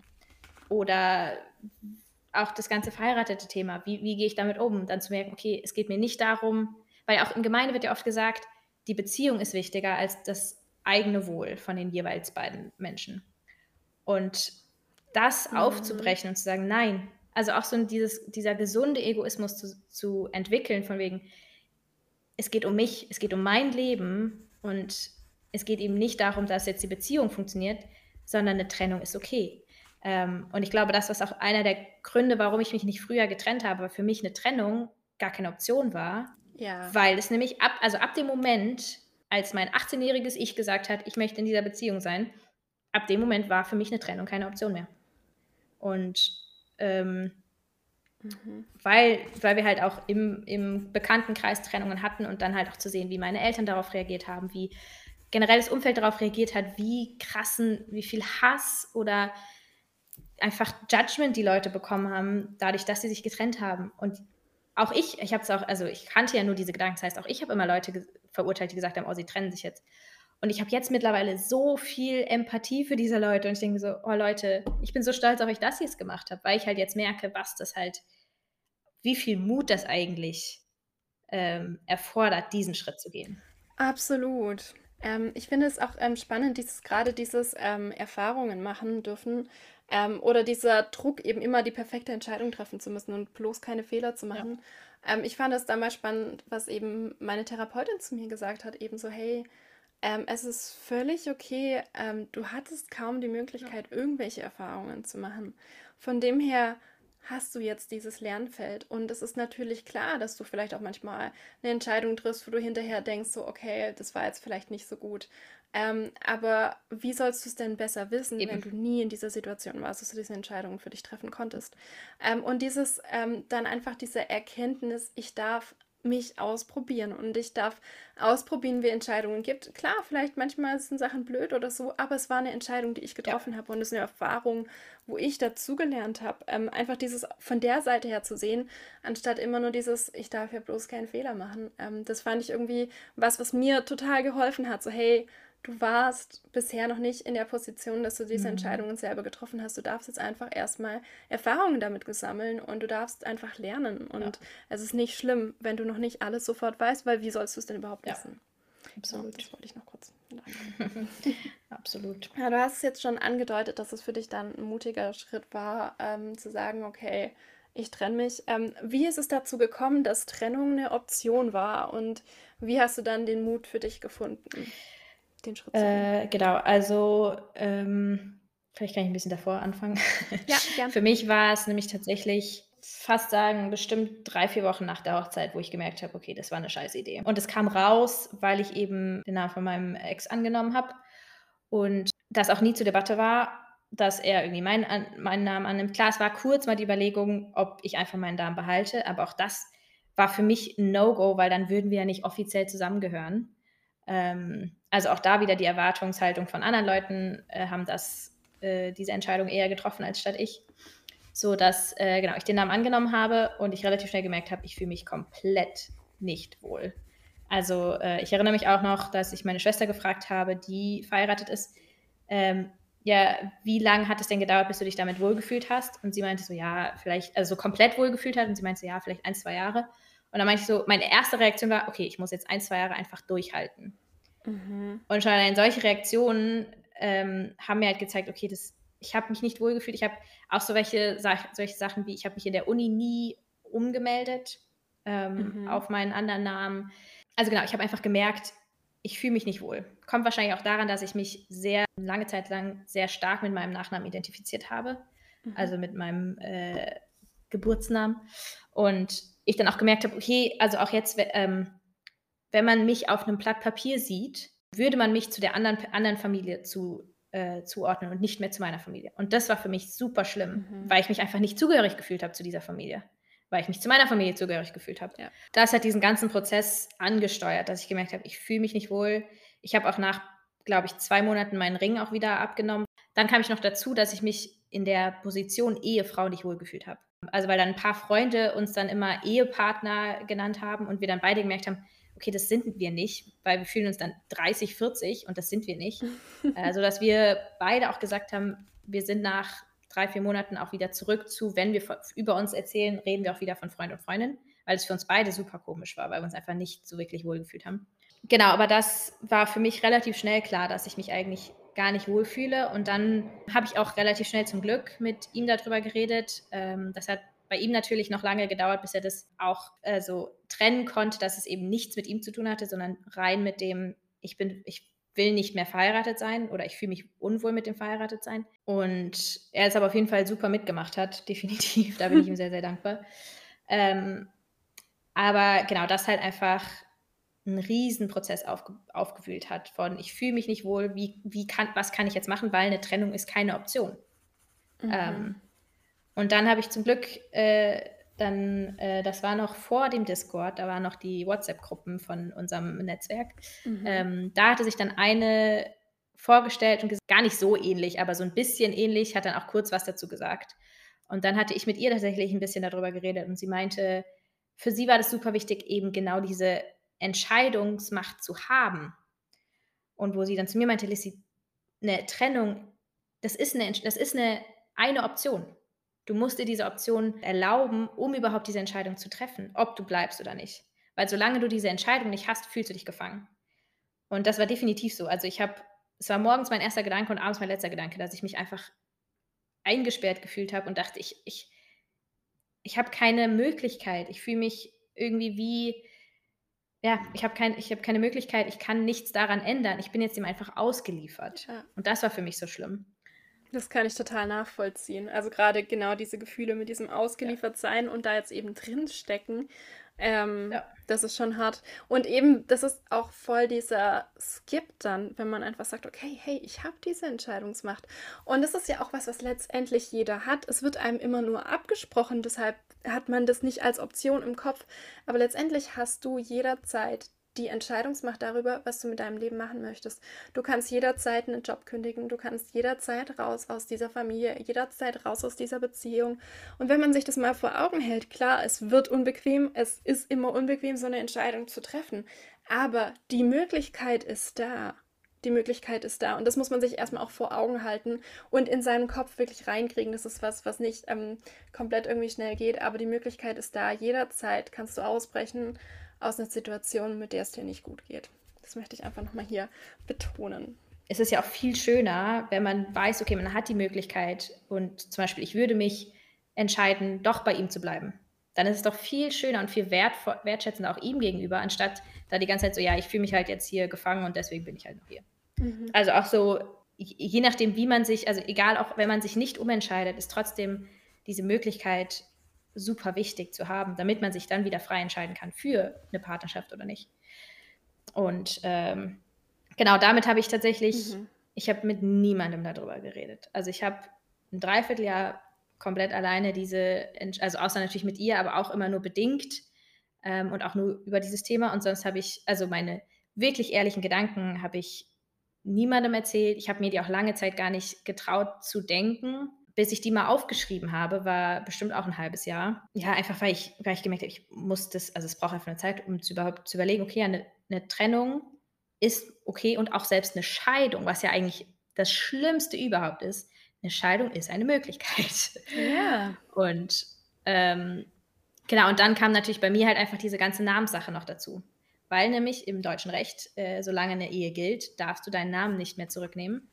Speaker 3: oder auch das ganze verheiratete Thema, wie, wie gehe ich damit um? Dann zu merken, okay, es geht mir nicht darum, weil auch in Gemeinde wird ja oft gesagt, die Beziehung ist wichtiger als das eigene Wohl von den jeweils beiden Menschen. Und das
Speaker 2: Mhm.
Speaker 3: aufzubrechen und zu sagen, nein, also auch so dieses, dieser gesunde Egoismus zu, zu entwickeln, von wegen, es geht um mich, es geht um mein Leben und es geht eben nicht darum, dass jetzt die Beziehung funktioniert, sondern eine Trennung ist okay. Ähm, und ich glaube, das war auch einer der Gründe, warum ich mich nicht früher getrennt habe, weil für mich eine Trennung gar keine Option war,
Speaker 2: Ja,
Speaker 3: weil es nämlich ab, also ab dem Moment, als mein achtzehnjähriges Ich gesagt hat, ich möchte in dieser Beziehung sein, ab dem Moment war für mich eine Trennung keine Option mehr. Und ähm,
Speaker 2: mhm.
Speaker 3: weil, weil wir halt auch im, im Bekanntenkreis Trennungen hatten und dann halt auch zu sehen, wie meine Eltern darauf reagiert haben, wie generell das Umfeld darauf reagiert hat, wie krassen, wie viel Hass oder einfach Judgment die Leute bekommen haben, dadurch, dass sie sich getrennt haben. Und auch ich, ich habe es auch, also ich kannte ja nur diese Gedanken, das heißt, auch ich habe immer Leute ge- verurteilt, die gesagt haben, oh, sie trennen sich jetzt. Und ich habe jetzt mittlerweile so viel Empathie für diese Leute und ich denke so, oh Leute, ich bin so stolz auf euch, dass ihr es gemacht habt, weil ich halt jetzt merke, was das halt, wie viel Mut das eigentlich ähm, erfordert, diesen Schritt zu gehen.
Speaker 2: Absolut. Ähm, ich finde es auch ähm, spannend, dieses gerade dieses ähm, Erfahrungen machen dürfen ähm, oder dieser Druck, eben immer die perfekte Entscheidung treffen zu müssen und bloß keine Fehler zu
Speaker 3: Ja.
Speaker 2: machen. Ähm, ich fand es damals spannend, was eben meine Therapeutin zu mir gesagt hat, eben so, hey, ähm, es ist völlig okay, ähm, du hattest kaum die
Speaker 3: Ja.
Speaker 2: Möglichkeit, irgendwelche Erfahrungen zu machen. Von dem her hast du jetzt dieses Lernfeld. Und es ist natürlich klar, dass du vielleicht auch manchmal eine Entscheidung triffst, wo du hinterher denkst, so, okay, das war jetzt vielleicht nicht so gut. Ähm, aber wie sollst du es denn besser wissen, wenn
Speaker 3: Eben.
Speaker 2: du nie in dieser Situation warst, dass du diese Entscheidungen für dich treffen konntest? Ähm, und dieses, ähm, dann einfach diese Erkenntnis, ich darf mich ausprobieren und ich darf ausprobieren, wie Entscheidungen gibt. Klar, vielleicht manchmal sind Sachen blöd oder so, aber es war eine Entscheidung, die ich
Speaker 3: Ja.
Speaker 2: getroffen habe und es ist eine Erfahrung, wo ich dazugelernt habe. Ähm, einfach dieses von der Seite her zu sehen, anstatt immer nur dieses, ich darf ja bloß keinen Fehler machen. Ähm, das fand ich irgendwie was, was mir total geholfen hat. So, hey, du warst bisher noch nicht in der Position, dass du diese
Speaker 3: Mhm.
Speaker 2: Entscheidungen selber getroffen hast. Du darfst jetzt einfach erstmal Erfahrungen damit sammeln und du darfst einfach lernen.
Speaker 3: Ja.
Speaker 2: Und es ist nicht schlimm, wenn du noch nicht alles sofort weißt, weil wie sollst du es denn überhaupt
Speaker 3: Ja.
Speaker 2: wissen? Genau,
Speaker 3: Absolut.
Speaker 2: das wollte ich noch kurz mit anbringen.
Speaker 3: Absolut.
Speaker 2: Ja, du hast es jetzt schon angedeutet, dass es für dich dann ein mutiger Schritt war, ähm, zu sagen, okay, ich trenne mich. Ähm, wie ist es dazu gekommen, dass Trennung eine Option war und wie hast du dann den Mut für dich gefunden? den Schritt zu gehen?
Speaker 3: Äh, genau, also ähm, vielleicht kann ich ein bisschen davor anfangen.
Speaker 2: Ja, gern.
Speaker 3: Für mich war es nämlich tatsächlich fast sagen, bestimmt drei, vier Wochen nach der Hochzeit, wo ich gemerkt habe, okay, das war eine scheiß Idee. Und es kam raus, weil ich eben den Namen von meinem Ex angenommen habe und das auch nie zur Debatte war, dass er irgendwie meinen, an, meinen Namen annimmt. Klar, es war kurz mal die Überlegung, ob ich einfach meinen Namen behalte, aber auch das war für mich ein No-Go, weil dann würden wir ja nicht offiziell zusammengehören. Ähm, also auch da wieder die Erwartungshaltung von anderen Leuten äh, haben das, äh, diese Entscheidung eher getroffen als statt ich. So dass äh, genau, ich den Namen angenommen habe und ich relativ schnell gemerkt habe, ich fühle mich komplett nicht wohl. Also äh, ich erinnere mich auch noch, dass ich meine Schwester gefragt habe, die verheiratet ist, ähm, ja, wie lange hat es denn gedauert, bis du dich damit wohlgefühlt hast? Und sie meinte so, ja, vielleicht, also so komplett wohlgefühlt hat. Und sie meinte so, ja, vielleicht ein, zwei Jahre. Und dann meinte ich so, meine erste Reaktion war, okay, ich muss jetzt ein, zwei Jahre einfach durchhalten.
Speaker 2: Mhm.
Speaker 3: Und schon allein solche Reaktionen ähm, haben mir halt gezeigt, okay, das, ich habe mich nicht wohlgefühlt. Ich habe auch so welche, solche Sachen wie, ich habe mich in der Uni nie umgemeldet ähm,
Speaker 2: Mhm.
Speaker 3: auf meinen anderen Namen. Also genau, ich habe einfach gemerkt, ich fühle mich nicht wohl. Kommt wahrscheinlich auch daran, dass ich mich sehr lange Zeit lang sehr stark mit meinem Nachnamen identifiziert habe.
Speaker 2: Mhm.
Speaker 3: Also mit meinem äh, Geburtsnamen. Und ich dann auch gemerkt habe, okay, also auch jetzt, ähm, wenn man mich auf einem Blatt Papier sieht, würde man mich zu der anderen, anderen Familie zu, äh, zuordnen und nicht mehr zu meiner Familie. Und das war für mich super schlimm,
Speaker 2: Mhm.
Speaker 3: weil ich mich einfach nicht zugehörig gefühlt habe zu dieser Familie, weil ich mich zu meiner Familie zugehörig gefühlt habe.
Speaker 2: Ja.
Speaker 3: Das hat diesen ganzen Prozess angesteuert, dass ich gemerkt habe, ich fühle mich nicht wohl. Ich habe auch nach, glaube ich, zwei Monaten meinen Ring auch wieder abgenommen. Dann kam ich noch dazu, dass ich mich in der Position Ehefrau nicht wohl gefühlt habe. Also weil dann ein paar Freunde uns dann immer Ehepartner genannt haben und wir dann beide gemerkt haben, okay, das sind wir nicht, weil wir fühlen uns dann dreißig, vierzig und das sind wir nicht. Also dass wir beide auch gesagt haben, wir sind nach drei, vier Monaten auch wieder zurück zu, wenn wir über uns erzählen, reden wir auch wieder von Freund und Freundin, weil es für uns beide super komisch war, weil wir uns einfach nicht so wirklich wohlgefühlt haben. Genau, aber das war für mich relativ schnell klar, dass ich mich eigentlich gar nicht wohlfühle. Und dann habe ich auch relativ schnell zum Glück mit ihm darüber geredet. Ähm, das hat bei ihm natürlich noch lange gedauert, bis er das auch äh, so trennen konnte, dass es eben nichts mit ihm zu tun hatte, sondern rein mit dem, ich bin, ich will nicht mehr verheiratet sein oder ich fühle mich unwohl mit dem Verheiratetsein. Und er es aber auf jeden Fall super mitgemacht hat, definitiv. Da bin ich ihm sehr, sehr dankbar. Ähm, aber genau, das halt einfach einen Riesenprozess aufge, aufgewühlt hat von, ich fühle mich nicht wohl, wie, wie kann, was kann ich jetzt machen, weil eine Trennung ist keine Option.
Speaker 2: Mhm.
Speaker 3: Ähm, und dann habe ich zum Glück, äh, dann, äh, das war noch vor dem Discord, da waren noch die WhatsApp-Gruppen von unserem Netzwerk.
Speaker 2: Mhm.
Speaker 3: Ähm, da hatte sich dann eine vorgestellt und gesagt, gar nicht so ähnlich, aber so ein bisschen ähnlich, hat dann auch kurz was dazu gesagt. Und dann hatte ich mit ihr tatsächlich ein bisschen darüber geredet und sie meinte, für sie war das super wichtig, eben genau diese Entscheidungsmacht zu haben. Und wo sie dann zu mir meinte, Lissy, eine Trennung, das ist eine, das ist eine, eine Option. Du musst dir diese Option erlauben, um überhaupt diese Entscheidung zu treffen, ob du bleibst oder nicht. Weil solange du diese Entscheidung nicht hast, fühlst du dich gefangen. Und das war definitiv so. Also ich habe, es war morgens mein erster Gedanke und abends mein letzter Gedanke, dass ich mich einfach eingesperrt gefühlt habe und dachte, ich, ich, ich habe keine Möglichkeit. Ich fühle mich irgendwie wie, ja, ich habe kein, ich hab keine Möglichkeit, ich kann nichts daran ändern. Ich bin jetzt ihm einfach ausgeliefert.
Speaker 2: Ja.
Speaker 3: Und das war für mich so schlimm.
Speaker 2: Das kann ich total nachvollziehen. Also gerade genau diese Gefühle mit diesem Ausgeliefertsein und da jetzt eben drin stecken, ähm,
Speaker 3: Ja.
Speaker 2: das ist schon hart. Und eben, das ist auch voll dieser Skip dann, wenn man einfach sagt, okay, hey, ich habe diese Entscheidungsmacht. Und das ist ja auch was, was letztendlich jeder hat. Es wird einem immer nur abgesprochen, deshalb hat man das nicht als Option im Kopf. Aber letztendlich hast du jederzeit die Entscheidungsmacht darüber, was du mit deinem Leben machen möchtest. Du kannst jederzeit einen Job kündigen, du kannst jederzeit raus aus dieser Familie, jederzeit raus aus dieser Beziehung. Und wenn man sich das mal vor Augen hält, klar, es wird unbequem, es ist immer unbequem, so eine Entscheidung zu treffen. Aber die Möglichkeit ist da. Die Möglichkeit ist da. Und das muss man sich erstmal auch vor Augen halten und in seinen Kopf wirklich reinkriegen. Das ist was, was nicht ähm, komplett irgendwie schnell geht, aber die Möglichkeit ist da. Jederzeit kannst du ausbrechen aus einer Situation, mit der es dir nicht gut geht. Das möchte ich einfach nochmal hier betonen.
Speaker 3: Es ist ja auch viel schöner, wenn man weiß, okay, man hat die Möglichkeit und zum Beispiel, ich würde mich entscheiden, doch bei ihm zu bleiben. Dann ist es doch viel schöner und viel wert, wertschätzender auch ihm gegenüber, anstatt da die ganze Zeit so, ja, ich fühle mich halt jetzt hier gefangen und deswegen bin ich halt noch hier.
Speaker 2: Mhm.
Speaker 3: Also auch so, je nachdem, wie man sich, also egal, auch wenn man sich nicht umentscheidet, ist trotzdem diese Möglichkeit super wichtig zu haben, damit man sich dann wieder frei entscheiden kann für eine Partnerschaft oder nicht. Und ähm, genau, damit habe ich tatsächlich,
Speaker 2: Mhm.
Speaker 3: ich habe mit niemandem darüber geredet. Also ich habe ein Dreivierteljahr komplett alleine diese, also außer natürlich mit ihr, aber auch immer nur bedingt ähm, und auch nur über dieses Thema. Und sonst habe ich, also meine wirklich ehrlichen Gedanken habe ich niemandem erzählt. Ich habe mir die auch lange Zeit gar nicht getraut zu denken. Bis ich die mal aufgeschrieben habe, war bestimmt auch ein halbes Jahr. Ja, einfach weil ich, weil ich gemerkt habe, ich muss das, also es braucht einfach eine Zeit, um zu überhaupt zu überlegen, okay, eine, eine Trennung ist okay und auch selbst eine Scheidung, was ja eigentlich das Schlimmste überhaupt ist, eine Scheidung ist eine Möglichkeit.
Speaker 2: Ja.
Speaker 3: Und ähm, genau, und dann kam natürlich bei mir halt einfach diese ganze Namenssache noch dazu. Weil nämlich im deutschen Recht, äh, solange eine Ehe gilt, darfst du deinen Namen nicht mehr zurücknehmen.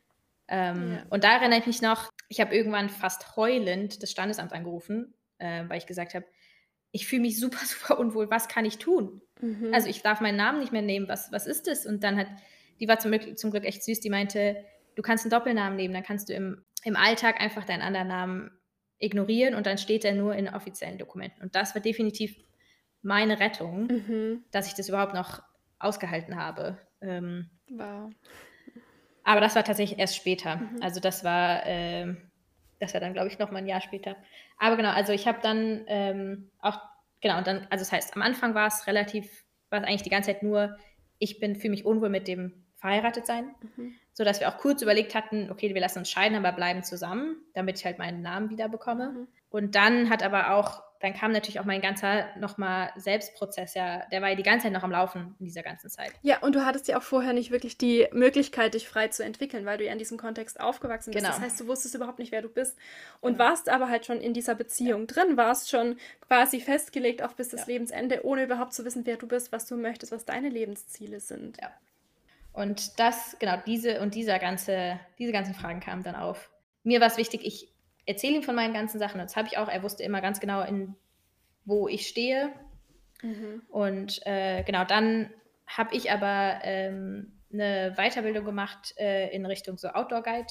Speaker 3: Ähm,
Speaker 2: Ja.
Speaker 3: Und da erinnere ich mich noch, ich habe irgendwann fast heulend das Standesamt angerufen, äh, weil ich gesagt habe, ich fühle mich super, super unwohl, was kann ich tun?
Speaker 2: Mhm.
Speaker 3: Also ich darf meinen Namen nicht mehr nehmen, was, was ist das? Und dann hat, die war zum Glück, zum Glück echt süß, die meinte, du kannst einen Doppelnamen nehmen, dann kannst du im, im Alltag einfach deinen anderen Namen ignorieren und dann steht er nur in offiziellen Dokumenten. Und das war definitiv meine Rettung,
Speaker 2: Mhm.
Speaker 3: dass ich das überhaupt noch ausgehalten habe. Ähm,
Speaker 2: Wow.
Speaker 3: aber das war tatsächlich erst später.
Speaker 2: Mhm.
Speaker 3: Also das war, ähm, das war dann, glaube ich, noch mal ein Jahr später. Aber genau, also ich habe dann ähm, auch, genau, und dann, also das heißt, am Anfang war es relativ, war es eigentlich die ganze Zeit nur, ich bin, fühle mich unwohl mit dem Verheiratetsein,
Speaker 2: Mhm.
Speaker 3: sodass wir auch kurz überlegt hatten, okay, wir lassen uns scheiden, aber bleiben zusammen, damit ich halt meinen Namen wieder bekomme.
Speaker 2: Mhm.
Speaker 3: Und dann hat aber auch, dann kam natürlich auch mein ganzer nochmal Selbstprozess, ja, der war ja die ganze Zeit noch am Laufen in dieser ganzen Zeit.
Speaker 2: Ja, und du hattest ja auch vorher nicht wirklich die Möglichkeit, dich frei zu entwickeln, weil du ja in diesem Kontext aufgewachsen bist.
Speaker 3: Genau.
Speaker 2: Das heißt, du wusstest überhaupt nicht, wer du bist. Und
Speaker 3: Genau.
Speaker 2: warst aber halt schon in dieser Beziehung drin, warst schon quasi festgelegt auf bis das
Speaker 3: Ja.
Speaker 2: Lebensende, ohne überhaupt zu wissen, wer du bist, was du möchtest, was deine Lebensziele sind.
Speaker 3: Ja. Und das, genau, diese und dieser ganze, diese ganzen Fragen kamen dann auf. Mir war es wichtig, ich erzähle ihm von meinen ganzen Sachen. Und das habe ich auch. Er wusste immer ganz genau, in, wo ich stehe.
Speaker 2: Mhm.
Speaker 3: Und äh, genau, dann habe ich aber ähm, eine Weiterbildung gemacht äh, in Richtung so Outdoor Guide.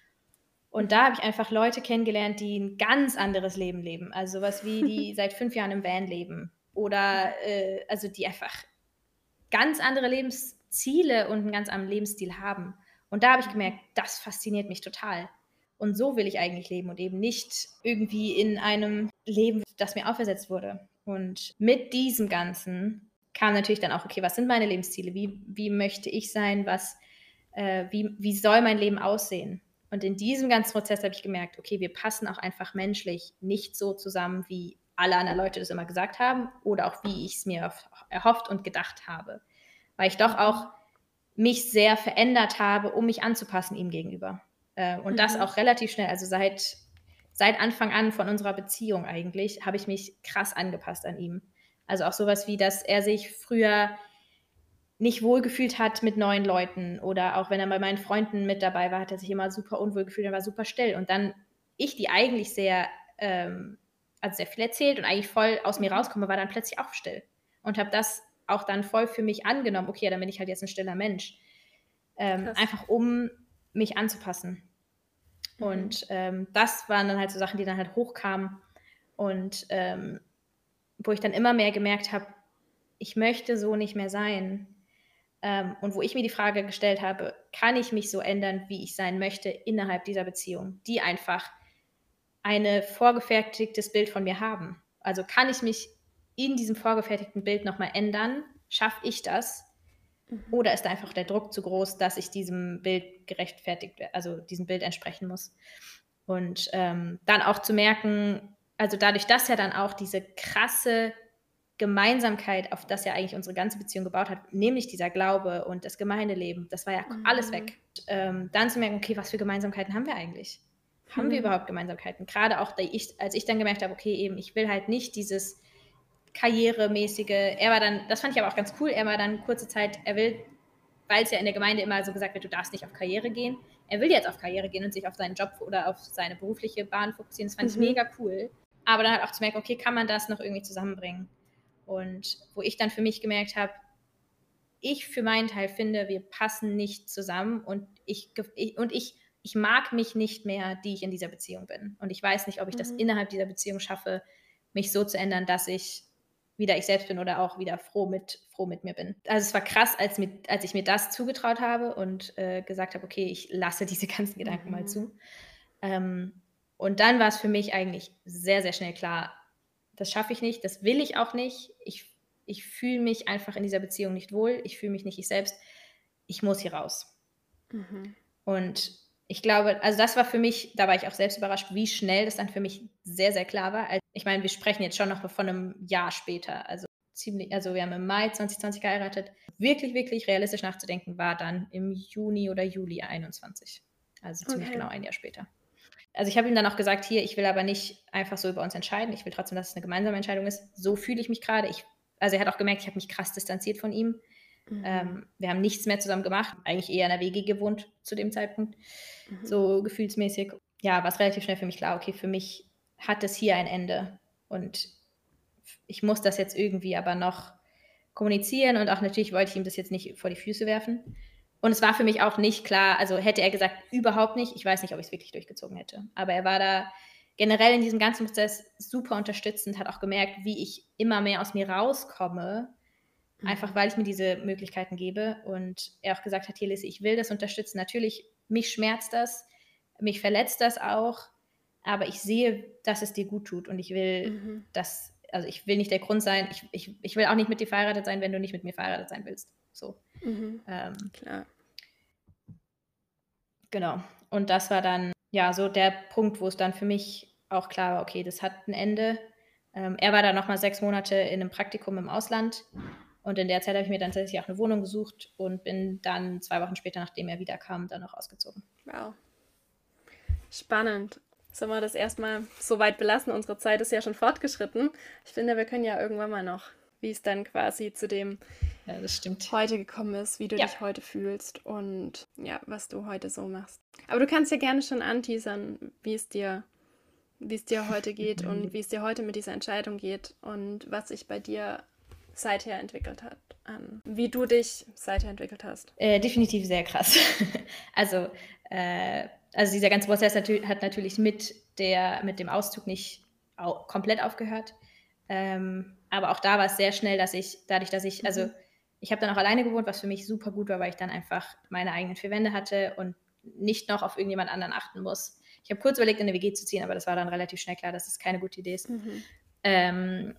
Speaker 3: Und da habe ich einfach Leute kennengelernt, die ein ganz anderes Leben leben. Also sowas wie die seit fünf Jahren im Van leben. Oder äh, also die einfach ganz andere Lebensziele und einen ganz anderen Lebensstil haben. Und da habe ich gemerkt, das fasziniert mich total. Und so will ich eigentlich leben und eben nicht irgendwie in einem Leben, das mir aufersetzt wurde. Und mit diesem Ganzen kam natürlich dann auch, okay, was sind meine Lebensziele? Wie, wie möchte ich sein? Was, äh, wie, wie soll mein Leben aussehen? Und in diesem ganzen Prozess habe ich gemerkt, okay, wir passen auch einfach menschlich nicht so zusammen, wie alle anderen Leute das immer gesagt haben oder auch wie ich es mir erhofft und gedacht habe. Weil ich doch auch mich sehr verändert habe, um mich anzupassen ihm gegenüber. Äh, und mhm. das auch relativ schnell, also seit, seit Anfang an von unserer Beziehung eigentlich, habe ich mich krass angepasst an ihm. Also auch sowas wie, dass er sich früher nicht wohlgefühlt hat mit neuen Leuten oder auch wenn er bei meinen Freunden mit dabei war, hat er sich immer super unwohl gefühlt, er war super still. Und dann ich, die eigentlich sehr, ähm, also sehr viel erzählt und eigentlich voll aus mir rauskomme, war dann plötzlich auch still. Und habe das auch dann voll für mich angenommen, okay, dann bin ich halt jetzt ein stiller Mensch. Ähm, einfach um mich anzupassen. Mhm. Und ähm, das waren dann halt so Sachen, die dann halt hochkamen und ähm, wo ich dann immer mehr gemerkt habe, ich möchte so nicht mehr sein. Ähm, und wo ich mir die Frage gestellt habe, kann ich mich so ändern, wie ich sein möchte innerhalb dieser Beziehung, die einfach ein vorgefertigtes Bild von mir haben. Also kann ich mich in diesem vorgefertigten Bild nochmal ändern? Schaffe ich das? Mhm. Oder ist da einfach der Druck zu groß, dass ich diesem Bild gerechtfertigt, also diesem Bild entsprechen muss? Und ähm, dann auch zu merken, also dadurch, dass ja dann auch diese krasse Gemeinsamkeit, auf das ja eigentlich unsere ganze Beziehung gebaut hat, nämlich dieser Glaube und das Gemeindeleben, das war ja mhm. alles weg. Und, ähm, dann zu merken, okay, was für Gemeinsamkeiten haben wir eigentlich? Haben mhm. wir überhaupt Gemeinsamkeiten? Gerade auch, ich, als ich dann gemerkt habe, okay, eben, ich will halt nicht dieses karrieremäßige, er war dann, das fand ich aber auch ganz cool, er war dann kurze Zeit, er will, weil es ja in der Gemeinde immer so gesagt wird, du darfst nicht auf Karriere gehen, er will jetzt auf Karriere gehen und sich auf seinen Job oder auf seine berufliche Bahn fokussieren, das fand mhm. ich mega cool. Aber dann halt auch zu merken, okay, kann man das noch irgendwie zusammenbringen? Und wo ich dann für mich gemerkt habe, ich für meinen Teil finde, wir passen nicht zusammen und ich, ich und ich, ich mag mich nicht mehr, die ich in dieser Beziehung bin. Und ich weiß nicht, ob ich das
Speaker 2: Mhm.
Speaker 3: innerhalb dieser Beziehung schaffe, mich so zu ändern, dass ich wieder ich selbst bin oder auch wieder froh mit, froh mit mir bin. Also es war krass, als, mit, als ich mir das zugetraut habe und äh, gesagt habe, okay, ich lasse diese ganzen Gedanken mal
Speaker 2: Mhm.
Speaker 3: zu. Ähm, und dann war es für mich eigentlich sehr, sehr schnell klar, das schaffe ich nicht, das will ich auch nicht. Ich, ich fühle mich einfach in dieser Beziehung nicht wohl, ich fühle mich nicht ich selbst. Ich muss hier raus.
Speaker 2: Mhm.
Speaker 3: Und ich glaube, also das war für mich, da war ich auch selbst überrascht, wie schnell das dann für mich sehr, sehr klar war. Also ich meine, wir sprechen jetzt schon noch von einem Jahr später. Also ziemlich, also wir haben im Mai zwanzig zwanzig geheiratet. Wirklich, wirklich realistisch nachzudenken war dann im Juni oder Juli einundzwanzig. Also ziemlich
Speaker 2: Okay.
Speaker 3: genau ein Jahr später. Also ich habe ihm dann auch gesagt, hier, ich will aber nicht einfach so über uns entscheiden. Ich will trotzdem, dass es eine gemeinsame Entscheidung ist. So fühle ich mich gerade. Ich, also er hat auch gemerkt, ich habe mich krass distanziert von ihm.
Speaker 2: Mhm.
Speaker 3: Ähm, wir haben nichts mehr zusammen gemacht, eigentlich eher in der W G gewohnt zu dem Zeitpunkt,
Speaker 2: Mhm.
Speaker 3: so gefühlsmäßig. Ja, war es relativ schnell für mich klar, okay, für mich hat es hier ein Ende und ich muss das jetzt irgendwie aber noch kommunizieren und auch natürlich wollte ich ihm das jetzt nicht vor die Füße werfen. Und es war für mich auch nicht klar, also hätte er gesagt, überhaupt nicht, ich weiß nicht, ob ich es wirklich durchgezogen hätte. Aber er war da generell in diesem ganzen Prozess super unterstützend, hat auch gemerkt, wie ich immer mehr aus mir rauskomme, einfach weil ich mir diese Möglichkeiten gebe. Und er auch gesagt hat, hier Lissy, ich will das unterstützen. Natürlich, mich schmerzt das, mich verletzt das auch, aber ich sehe, dass es dir gut tut und ich will,
Speaker 2: Mhm.
Speaker 3: dass, also ich will nicht der Grund sein, ich, ich, ich will auch nicht mit dir verheiratet sein, wenn du nicht mit mir verheiratet sein willst. So.
Speaker 2: Mhm.
Speaker 3: Ähm,
Speaker 2: Klar.
Speaker 3: genau. Und das war dann, ja, so der Punkt, wo es dann für mich auch klar war, okay, das hat ein Ende. Ähm, er war dann nochmal sechs Monate in einem Praktikum im Ausland. Und in der Zeit habe ich mir dann tatsächlich auch eine Wohnung gesucht und bin dann zwei Wochen später, nachdem er wiederkam, dann auch ausgezogen.
Speaker 2: Wow. Spannend. Sollen wir das erstmal so weit belassen? Unsere Zeit ist ja schon fortgeschritten. Ich finde, wir können ja irgendwann mal noch, wie es dann quasi zu dem
Speaker 3: Ja, das stimmt.
Speaker 2: heute gekommen ist, wie du
Speaker 3: Ja.
Speaker 2: dich heute fühlst und ja, was du heute so machst. Aber du kannst ja gerne schon anteasern, wie es dir, wie es dir heute geht und wie es dir heute mit dieser Entscheidung geht und was sich bei dir seither entwickelt hat, an wie du dich seither entwickelt hast.
Speaker 3: Äh, definitiv sehr krass. also, äh, also dieser ganze Prozess natü- hat natürlich mit, der, mit dem Auszug nicht au- komplett aufgehört. Ähm, aber auch da war es sehr schnell, dass ich, dadurch, dass ich, also ich habe dann auch alleine gewohnt, was für mich super gut war, weil ich dann einfach meine eigenen vier Wände hatte und nicht noch auf irgendjemand anderen achten muss. Ich habe kurz überlegt, in eine W G zu ziehen, aber das war dann relativ schnell klar, dass das keine gute Idee ist.
Speaker 2: Mhm.
Speaker 3: Ähm,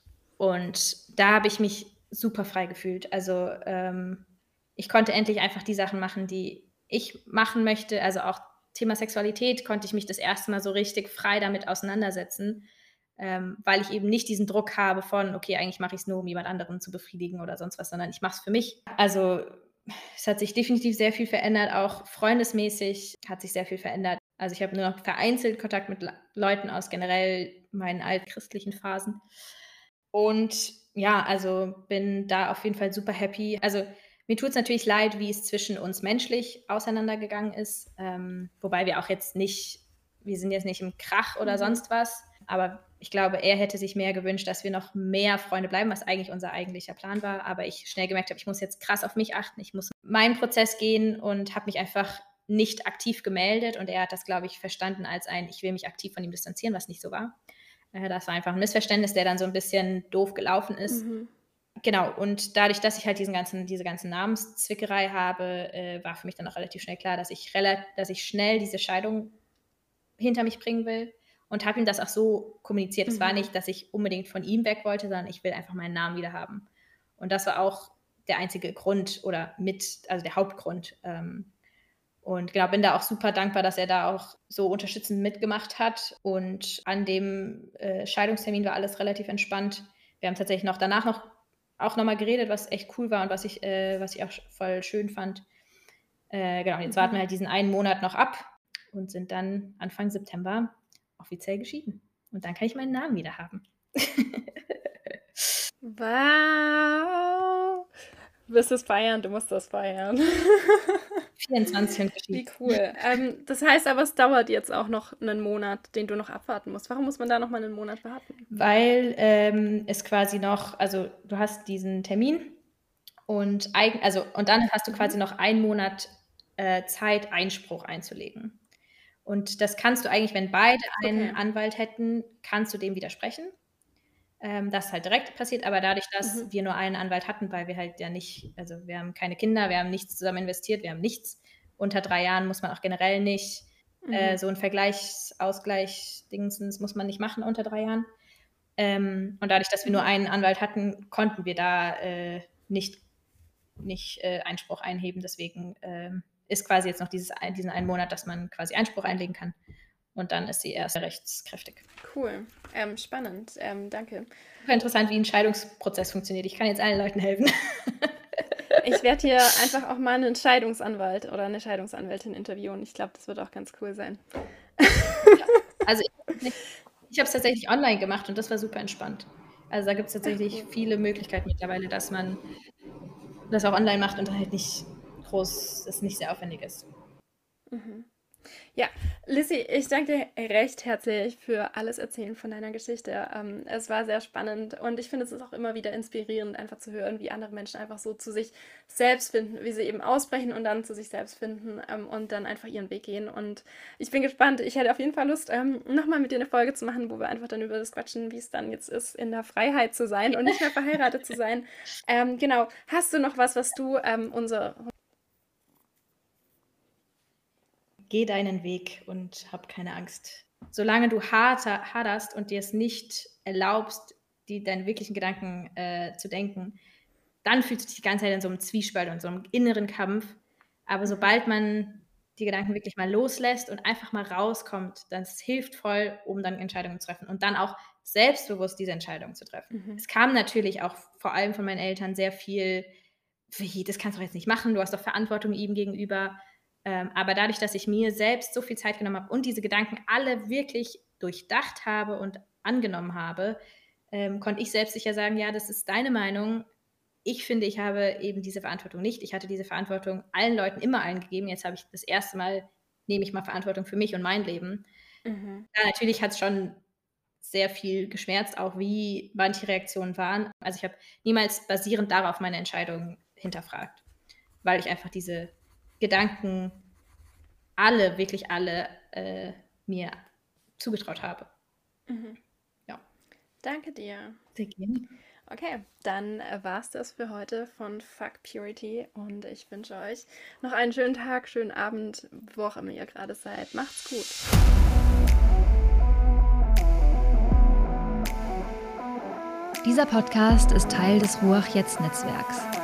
Speaker 3: und da habe ich mich super frei gefühlt. Also ähm, ich konnte endlich einfach die Sachen machen, die ich machen möchte. Also auch Thema Sexualität konnte ich mich das erste Mal so richtig frei damit auseinandersetzen, ähm, weil ich eben nicht diesen Druck habe von, okay, eigentlich mache ich es nur, um jemand anderen zu befriedigen oder sonst was, sondern ich mache es für mich. Also es hat sich definitiv sehr viel verändert, auch freundesmäßig hat sich sehr viel verändert. Also ich habe nur noch vereinzelt Kontakt mit Le- Leuten aus generell meinen altchristlichen Phasen. Und ja, also bin da auf jeden Fall super happy. Also mir tut es natürlich leid, wie es zwischen uns menschlich auseinandergegangen ist. Ähm, wobei wir auch jetzt nicht, wir sind jetzt nicht im Krach oder
Speaker 2: Mhm.
Speaker 3: sonst was. Aber ich glaube, er hätte sich mehr gewünscht, dass wir noch mehr Freunde bleiben, was eigentlich unser eigentlicher Plan war. Aber ich schnell gemerkt habe, ich muss jetzt krass auf mich achten. Ich muss meinen Prozess gehen und habe mich einfach nicht aktiv gemeldet. Und er hat das, glaube ich, verstanden als ein, ich will mich aktiv von ihm distanzieren, was nicht so war. Das war einfach ein Missverständnis, der dann so ein bisschen doof gelaufen ist.
Speaker 2: Mhm.
Speaker 3: Genau, und dadurch, dass ich halt diesen ganzen, diese ganze Namenszwickerei habe, äh, war für mich dann auch relativ schnell klar, dass ich, rela- dass ich schnell diese Scheidung hinter mich bringen will und habe ihm das auch so kommuniziert. Es
Speaker 2: Mhm.
Speaker 3: war nicht, dass ich unbedingt von ihm weg wollte, sondern ich will einfach meinen Namen wieder haben. Und das war auch der einzige Grund oder mit, also der Hauptgrund. Ähm, und genau, bin da auch super dankbar, dass er da auch so unterstützend mitgemacht hat. Und an dem äh, Scheidungstermin war alles relativ entspannt. Wir haben tatsächlich noch danach noch auch nochmal geredet, was echt cool war und was ich, äh, was ich auch voll schön fand. Äh, genau, jetzt
Speaker 2: Mhm.
Speaker 3: warten wir halt diesen einen Monat noch ab und sind dann Anfang September offiziell geschieden. Und dann kann ich meinen Namen wieder haben.
Speaker 2: Wow. Du wirst es feiern, du musst das feiern.
Speaker 3: vierundzwanzig und
Speaker 2: Wie
Speaker 3: geschieden.
Speaker 2: cool. Ähm, das heißt aber, es dauert jetzt auch noch einen Monat, den du noch abwarten musst. Warum muss man da noch mal einen Monat warten?
Speaker 3: Weil ähm, es quasi noch, also du hast diesen Termin Und eigen also, und dann hast du
Speaker 2: Mhm.
Speaker 3: quasi noch einen Monat, äh, Zeit, Einspruch einzulegen. Und das kannst du eigentlich, wenn beide einen
Speaker 2: Okay.
Speaker 3: Anwalt hätten, kannst du dem widersprechen. Ähm, das ist halt direkt passiert, aber dadurch, dass
Speaker 2: Mhm.
Speaker 3: wir nur einen Anwalt hatten, weil wir halt ja nicht also, wir haben keine Kinder, wir haben nichts zusammen investiert, wir haben nichts. Unter drei Jahren muss man auch generell nicht äh,
Speaker 2: Mhm.
Speaker 3: so 'n Vergleichsausgleich-Dingsens muss man nicht machen unter drei Jahren. Ähm, und dadurch, dass wir nur
Speaker 2: Mhm.
Speaker 3: einen Anwalt hatten, konnten wir da, äh, nicht nicht, äh, Einspruch einheben. Deswegen, ähm, ist quasi jetzt noch dieses ein diesen einen Monat, dass man quasi Einspruch einlegen kann und dann ist sie erst rechtskräftig.
Speaker 2: Cool. Ähm, spannend. Ähm, danke.
Speaker 3: Super interessant, wie 'n Scheidungsprozess funktioniert. Ich kann jetzt allen Leuten helfen.
Speaker 2: Ich werde hier einfach auch mal 'nen Scheidungsanwalt oder 'ne Scheidungsanwältin interviewen. Ich glaube, das wird auch ganz cool sein.
Speaker 3: Ja, also, ich ich habe es tatsächlich online gemacht und das war super entspannt. Also, da gibt's
Speaker 2: Ach,
Speaker 3: tatsächlich
Speaker 2: cool.
Speaker 3: viele Möglichkeiten mittlerweile, dass man das auch online macht und halt nicht groß das nicht sehr aufwendig ist.
Speaker 2: Mhm. Ja, Lissy, ich danke dir recht herzlich für alles Erzählen von deiner Geschichte. Ähm, es war sehr spannend und ich finde, es ist auch immer wieder inspirierend, einfach zu hören, wie andere Menschen einfach so zu sich selbst finden, wie sie eben ausbrechen und dann zu sich selbst finden ähm, und dann einfach ihren Weg gehen. Und ich bin gespannt. Ich hätte auf jeden Fall Lust, ähm, nochmal mit dir eine Folge zu machen, wo wir einfach dann über das quatschen, wie es dann jetzt ist, in der Freiheit zu sein und nicht mehr verheiratet zu sein. Ähm, genau. Hast du noch was, was du ähm, unser
Speaker 3: Geh deinen Weg und hab keine Angst. Solange du hater haderst und dir es nicht erlaubst, die deine wirklichen Gedanken, äh, zu denken, dann fühlst du dich die ganze Zeit in so 'nem Zwiespalt und so 'nem inneren Kampf. Aber
Speaker 2: Mhm.
Speaker 3: sobald man die Gedanken wirklich mal loslässt und einfach mal rauskommt, das hilft voll, um dann Entscheidungen zu treffen und dann auch selbstbewusst diese Entscheidungen zu treffen.
Speaker 2: Mhm.
Speaker 3: Es kam natürlich auch vor allem von meinen Eltern sehr viel: „Wie, das kannst du doch jetzt nicht machen, du hast doch Verantwortung ihm gegenüber.“ Ähm, aber dadurch, dass ich mir selbst so viel Zeit genommen habe und diese Gedanken alle wirklich durchdacht habe und angenommen habe, ähm, konnte ich selbstsicher sagen: „Ja, das ist deine Meinung. Ich finde, ich habe eben diese Verantwortung nicht. Ich hatte diese Verantwortung allen Leuten immer allen gegeben. Jetzt habe ich das erste Mal nehme ich mal Verantwortung für mich und mein Leben.“
Speaker 2: Mhm.
Speaker 3: Ja, natürlich hat's schon sehr viel geschmerzt, auch wie manche Reaktionen waren. Also, ich habe niemals basierend darauf meine Entscheidungen hinterfragt, weil ich einfach diese Gedanken alle, wirklich alle, äh, mir zugetraut habe.
Speaker 2: Mhm.
Speaker 3: Ja.
Speaker 2: Danke dir.
Speaker 3: Sehr gerne.
Speaker 2: Okay, dann äh, war's das für heute von Fuck Purity und ich wünsche euch noch einen schönen Tag, schönen Abend, wo auch immer ihr gerade seid. Macht's gut.
Speaker 1: Dieser Podcast ist Teil des Ruach Jetzt Netzwerks.